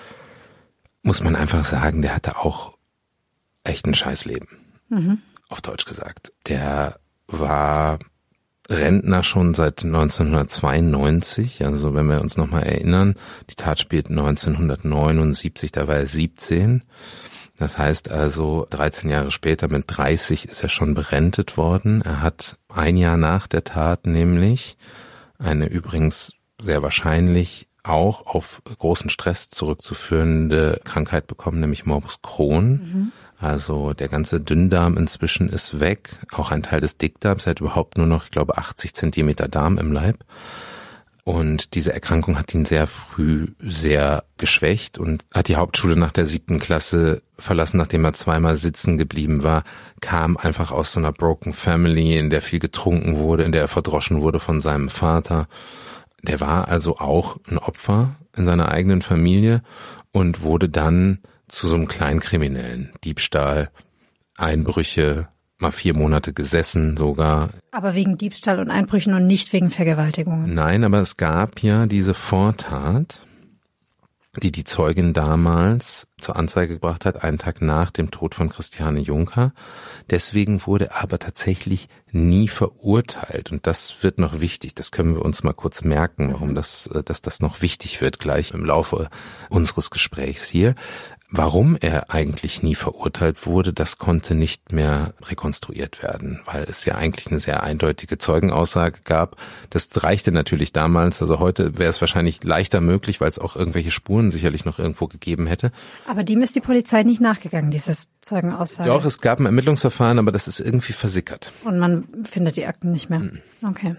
muss man einfach sagen, der hatte auch echt ein Scheißleben. Mhm. Auf Deutsch gesagt. Der war Rentner schon seit neunzehnhundertzweiundneunzig. Also wenn wir uns nochmal erinnern, die Tat spielt neunzehnhundertneunundsiebzig, da war er siebzehn. Das heißt also, dreizehn Jahre später mit dreißig ist er schon berentet worden. Er hat ein Jahr nach der Tat nämlich eine übrigens sehr wahrscheinlich auch auf großen Stress zurückzuführende Krankheit bekommen, nämlich Morbus Crohn. Mhm. Also der ganze Dünndarm inzwischen ist weg, auch ein Teil des Dickdarms. Er hat überhaupt nur noch, ich glaube, achtzig Zentimeter Darm im Leib. Und diese Erkrankung hat ihn sehr früh sehr geschwächt und hat die Hauptschule nach der siebten Klasse verlassen, nachdem er zweimal sitzen geblieben war, kam einfach aus so einer broken family, in der viel getrunken wurde, in der er verdroschen wurde von seinem Vater. Der war also auch ein Opfer in seiner eigenen Familie und wurde dann zu so einem Kleinkriminellen, Diebstahl, Einbrüche, mal vier Monate gesessen sogar. Aber wegen Diebstahl und Einbrüchen und nicht wegen Vergewaltigungen? Nein, aber es gab ja diese Vortat, die die Zeugin damals zur Anzeige gebracht hat, einen Tag nach dem Tod von Christiane Juncker. Deswegen wurde er aber tatsächlich nie verurteilt. Und das wird noch wichtig. Das können wir uns mal kurz merken, warum das, dass das noch wichtig wird, gleich im Laufe unseres Gesprächs hier. Warum er eigentlich nie verurteilt wurde, das konnte nicht mehr rekonstruiert werden, weil es ja eigentlich eine sehr eindeutige Zeugenaussage gab. Das reichte natürlich damals, also heute wäre es wahrscheinlich leichter möglich, weil es auch irgendwelche Spuren sicherlich noch irgendwo gegeben hätte. Aber dem ist die Polizei nicht nachgegangen, dieses Zeugenaussage? Doch, es gab ein Ermittlungsverfahren, aber das ist irgendwie versickert. Und man findet die Akten nicht mehr? Mhm. Okay.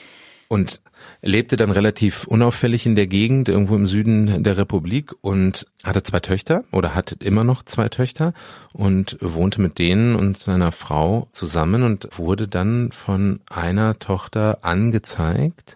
Und lebte dann relativ unauffällig in der Gegend, irgendwo im Süden der Republik und hatte zwei Töchter oder hatte immer noch zwei Töchter und wohnte mit denen und seiner Frau zusammen und wurde dann von einer Tochter angezeigt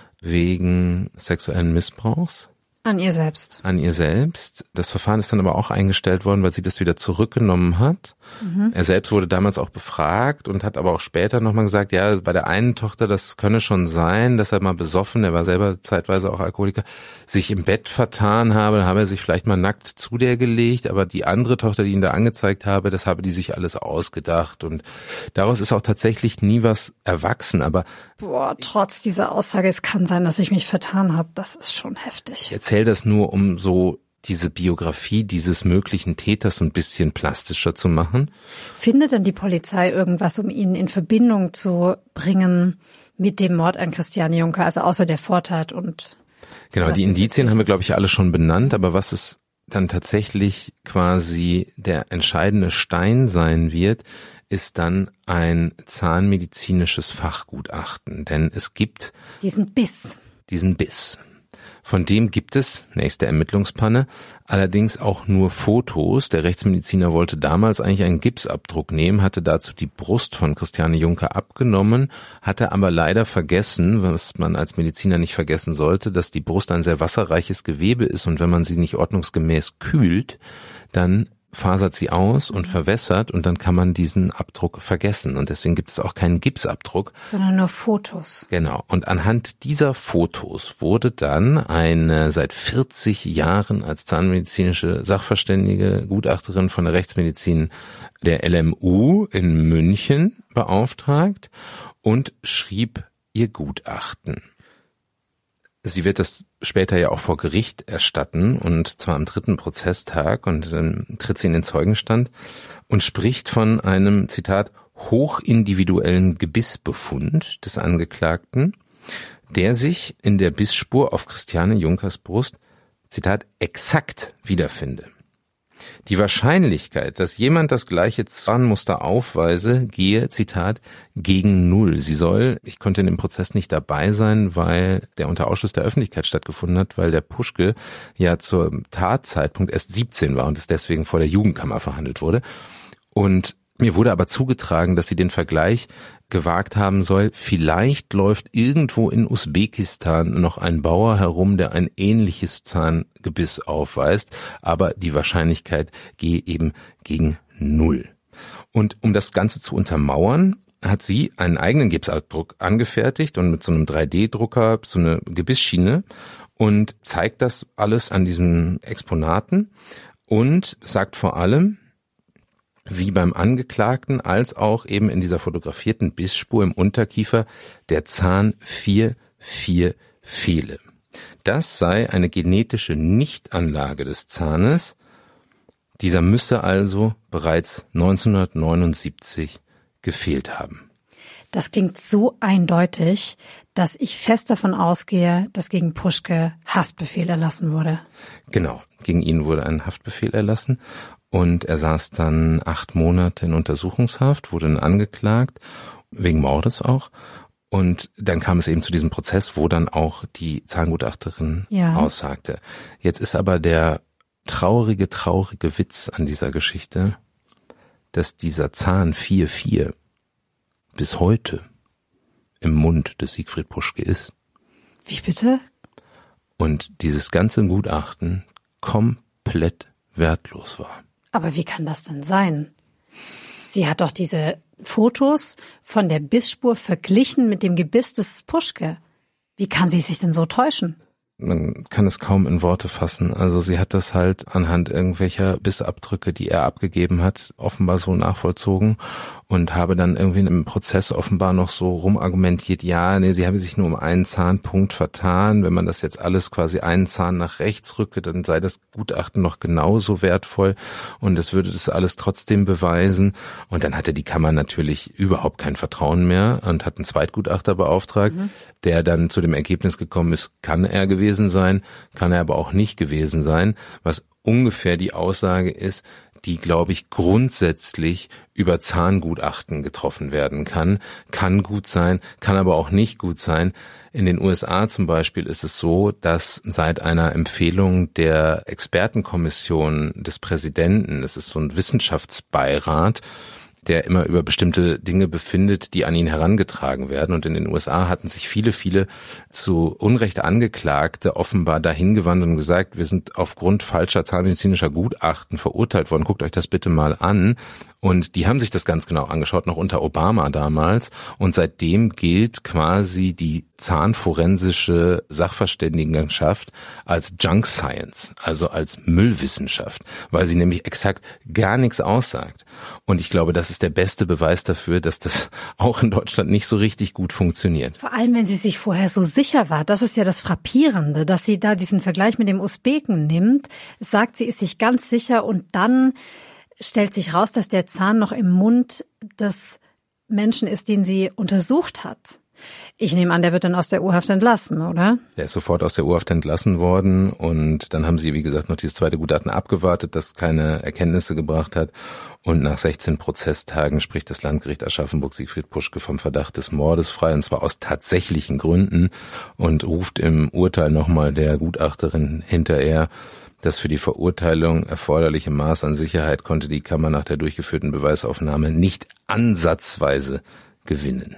wegen sexuellen Missbrauchs. An ihr selbst. An ihr selbst. Das Verfahren ist dann aber auch eingestellt worden, weil sie das wieder zurückgenommen hat. Mhm. Er selbst wurde damals auch befragt und hat aber auch später nochmal gesagt, ja, bei der einen Tochter, das könne schon sein, dass er mal besoffen, er war selber zeitweise auch Alkoholiker, sich im Bett vertan habe, dann habe er sich vielleicht mal nackt zu der gelegt, aber die andere Tochter, die ihn da angezeigt habe, das habe die sich alles ausgedacht und daraus ist auch tatsächlich nie was erwachsen, aber boah, trotz dieser Aussage, es kann sein, dass ich mich vertan habe, das ist schon heftig. Ich erzähle das nur, um so diese Biografie dieses möglichen Täters so ein bisschen plastischer zu machen. Findet denn die Polizei irgendwas, um ihn in Verbindung zu bringen mit dem Mord an Christiane Juncker, also außer der Vortat und... Genau, die Indizien haben wir, glaube ich, alle schon benannt, aber was es dann tatsächlich quasi der entscheidende Stein sein wird, ist dann ein zahnmedizinisches Fachgutachten, denn es gibt... Diesen Biss. Diesen Biss. Von dem gibt es, nächste Ermittlungspanne, allerdings auch nur Fotos. Der Rechtsmediziner wollte damals eigentlich einen Gipsabdruck nehmen, hatte dazu die Brust von Christiane Juncker abgenommen, hatte aber leider vergessen, was man als Mediziner nicht vergessen sollte, dass die Brust ein sehr wasserreiches Gewebe ist und wenn man sie nicht ordnungsgemäß kühlt, dann fasert sie aus und verwässert und dann kann man diesen Abdruck vergessen und deswegen gibt es auch keinen Gipsabdruck. Sondern nur Fotos. Genau. Und anhand dieser Fotos wurde dann eine seit vierzig Jahren als zahnmedizinische Sachverständige Gutachterin von der Rechtsmedizin der L M U in München beauftragt und schrieb ihr Gutachten. Sie wird das später ja auch vor Gericht erstatten und zwar am dritten Prozesstag und dann tritt sie in den Zeugenstand und spricht von einem, Zitat, hochindividuellen Gebissbefund des Angeklagten, der sich in der Bissspur auf Christiane Junkers Brust, Zitat, exakt wiederfinde. Die Wahrscheinlichkeit, dass jemand das gleiche Zahnmuster aufweise, gehe, Zitat, gegen Null. Sie soll, ich konnte in dem Prozess nicht dabei sein, weil der unter Ausschluss der Öffentlichkeit stattgefunden hat, weil der Puschke ja zum Tatzeitpunkt erst siebzehn war und es deswegen vor der Jugendkammer verhandelt wurde. Und mir wurde aber zugetragen, dass sie den Vergleich gewagt haben soll, vielleicht läuft irgendwo in Usbekistan noch ein Bauer herum, der ein ähnliches Zahngebiss aufweist, aber die Wahrscheinlichkeit gehe eben gegen Null. Und um das Ganze zu untermauern, hat sie einen eigenen Gipsabdruck angefertigt und mit so einem drei D Drucker so eine Gebissschiene und zeigt das alles an diesen Exponaten und sagt vor allem, wie beim Angeklagten, als auch eben in dieser fotografierten Bissspur im Unterkiefer der Zahn vier vier fehle. Das sei eine genetische Nichtanlage des Zahnes. Dieser müsse also bereits neunzehnhundertneunundsiebzig gefehlt haben. Das klingt so eindeutig, dass ich fest davon ausgehe, dass gegen Puschke Haftbefehl erlassen wurde. Genau, gegen ihn wurde ein Haftbefehl erlassen. Und er saß dann acht Monate in Untersuchungshaft, wurde dann angeklagt, wegen Mordes auch. Und dann kam es eben zu diesem Prozess, wo dann auch die Zahngutachterin ja. aussagte. Jetzt ist aber der traurige, traurige Witz an dieser Geschichte, dass dieser Zahn vier vier bis heute im Mund des Siegfried Puschke ist. Wie bitte? Und dieses ganze Gutachten komplett wertlos war. Aber wie kann das denn sein? Sie hat doch diese Fotos von der Bissspur verglichen mit dem Gebiss des Puschke. Wie kann sie sich denn so täuschen? man kann es kaum in Worte fassen. Also sie hat das halt anhand irgendwelcher Bissabdrücke, die er abgegeben hat, offenbar so nachvollzogen und habe dann irgendwie im Prozess offenbar noch so rumargumentiert, ja, nee, sie habe sich nur um einen Zahnpunkt vertan. Wenn man das jetzt alles quasi einen Zahn nach rechts rücke, dann sei das Gutachten noch genauso wertvoll und es würde das alles trotzdem beweisen. Und dann hatte die Kammer natürlich überhaupt kein Vertrauen mehr und hat einen Zweitgutachter beauftragt, mhm. der dann zu dem Ergebnis gekommen ist, kann er gewesen sein, kann er aber auch nicht gewesen sein, was ungefähr die Aussage ist, die, glaube ich, grundsätzlich über Zahngutachten getroffen werden kann. Kann gut sein, kann aber auch nicht gut sein. In den U S A zum Beispiel ist es so, dass seit einer Empfehlung der Expertenkommission des Präsidenten, das ist so ein Wissenschaftsbeirat, der immer über bestimmte Dinge befindet, die an ihn herangetragen werden. Und in den U S A hatten sich viele, viele zu Unrecht Angeklagte offenbar dahin gewandt und gesagt, wir sind aufgrund falscher zahnmedizinischer Gutachten verurteilt worden. Guckt euch das bitte mal an. Und die haben sich das ganz genau angeschaut, noch unter Obama damals. Und seitdem gilt quasi die zahnforensische Sachverständigenschaft als Junk Science, also als Müllwissenschaft, weil sie nämlich exakt gar nichts aussagt. Und ich glaube, das ist der beste Beweis dafür, dass das auch in Deutschland nicht so richtig gut funktioniert. Vor allem, wenn sie sich vorher so sicher war. Das ist ja das Frappierende, dass sie da diesen Vergleich mit dem Usbeken nimmt, sagt, sie ist sich ganz sicher und dann stellt sich raus, dass der Zahn noch im Mund des Menschen ist, den sie untersucht hat. Ich nehme an, der wird dann aus der U-Haft entlassen, oder? Der ist sofort aus der U-Haft entlassen worden und dann haben sie, wie gesagt, noch dieses zweite Gutachten abgewartet, das keine Erkenntnisse gebracht hat. Und nach sechzehn Prozesstagen spricht das Landgericht Aschaffenburg Siegfried Puschke vom Verdacht des Mordes frei, und zwar aus tatsächlichen Gründen, und ruft im Urteil nochmal der Gutachterin hinterher, das für die Verurteilung erforderliche Maß an Sicherheit konnte die Kammer nach der durchgeführten Beweisaufnahme nicht ansatzweise gewinnen.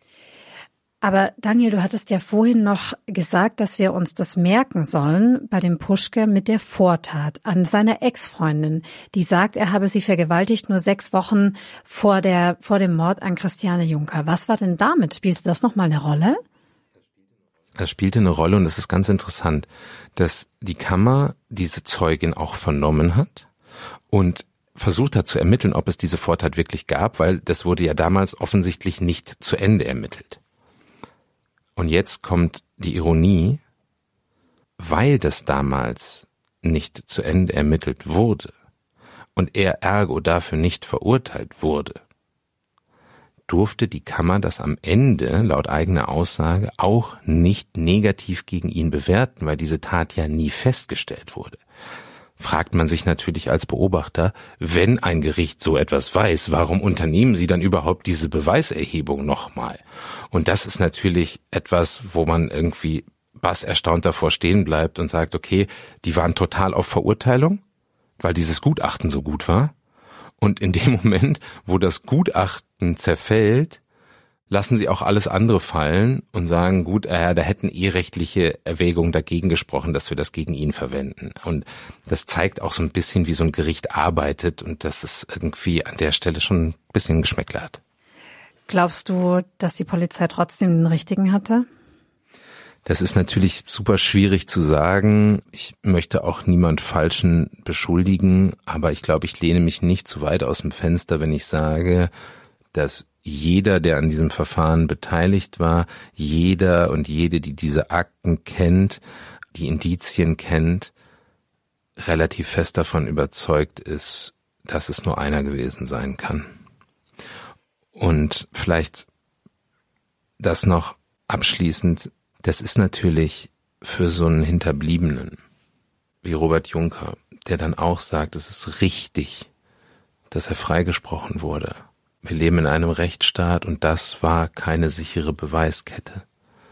Aber Daniel, du hattest ja vorhin noch gesagt, dass wir uns das merken sollen bei dem Puschke mit der Vortat an seiner Ex-Freundin, die sagt, er habe sie vergewaltigt nur sechs Wochen vor der vor dem Mord an Christiane Juncker. Was war denn damit? Spielte das nochmal eine Rolle? Das spielte eine Rolle und es ist ganz interessant, dass die Kammer diese Zeugin auch vernommen hat und versucht hat zu ermitteln, ob es diese Vortat wirklich gab, weil das wurde ja damals offensichtlich nicht zu Ende ermittelt. Und jetzt kommt die Ironie, weil das damals nicht zu Ende ermittelt wurde und er ergo dafür nicht verurteilt wurde, durfte die Kammer das am Ende, laut eigener Aussage, auch nicht negativ gegen ihn bewerten, weil diese Tat ja nie festgestellt wurde. Fragt man sich natürlich als Beobachter, wenn ein Gericht so etwas weiß, warum unternehmen sie dann überhaupt diese Beweiserhebung nochmal? Und das ist natürlich etwas, wo man irgendwie was erstaunt davor stehen bleibt und sagt, okay, die waren total auf Verurteilung, weil dieses Gutachten so gut war. Und in dem Moment, wo das Gutachten zerfällt, lassen sie auch alles andere fallen und sagen, gut, äh, da hätten eh rechtliche Erwägungen dagegen gesprochen, dass wir das gegen ihn verwenden. Und das zeigt auch so ein bisschen, wie so ein Gericht arbeitet und dass es irgendwie an der Stelle schon ein bisschen Geschmäckle hat. Glaubst du, dass die Polizei trotzdem den Richtigen hatte? Das ist natürlich super schwierig zu sagen. Ich möchte auch niemand Falschen beschuldigen, aber ich glaube, ich lehne mich nicht zu weit aus dem Fenster, wenn ich sage, dass jeder, der an diesem Verfahren beteiligt war, jeder und jede, die diese Akten kennt, die Indizien kennt, relativ fest davon überzeugt ist, dass es nur einer gewesen sein kann. Und vielleicht das noch abschließend: Das ist natürlich für so einen Hinterbliebenen wie Robert Juncker, der dann auch sagt, es ist richtig, dass er freigesprochen wurde. Wir leben in einem Rechtsstaat und das war keine sichere Beweiskette.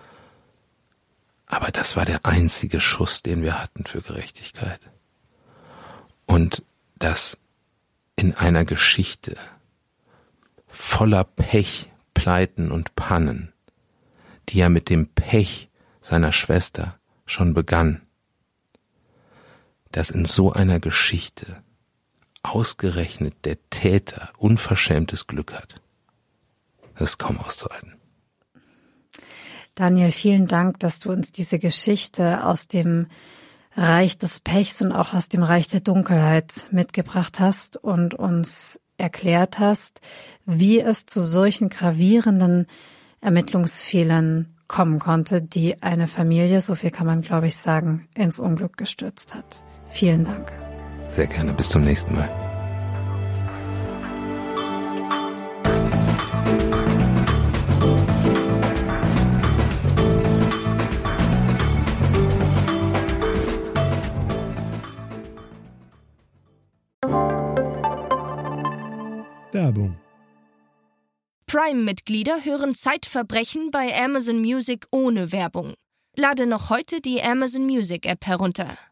Aber das war der einzige Schuss, den wir hatten für Gerechtigkeit. Und das in einer Geschichte voller Pech, Pleiten und Pannen, die ja mit dem Pech seiner Schwester schon begann, dass in so einer Geschichte ausgerechnet der Täter unverschämtes Glück hat. Das ist kaum auszuhalten. Daniel, vielen Dank, dass du uns diese Geschichte aus dem Reich des Pechs und auch aus dem Reich der Dunkelheit mitgebracht hast und uns erklärt hast, wie es zu solchen gravierenden Ermittlungsfehlern kommen konnte, die eine Familie, so viel kann man, glaube ich, sagen, ins Unglück gestürzt hat. Vielen Dank. Sehr gerne. Bis zum nächsten Mal. Werbung. Prime-Mitglieder hören Zeitverbrechen bei Amazon Music ohne Werbung. Lade noch heute die Amazon Music App herunter.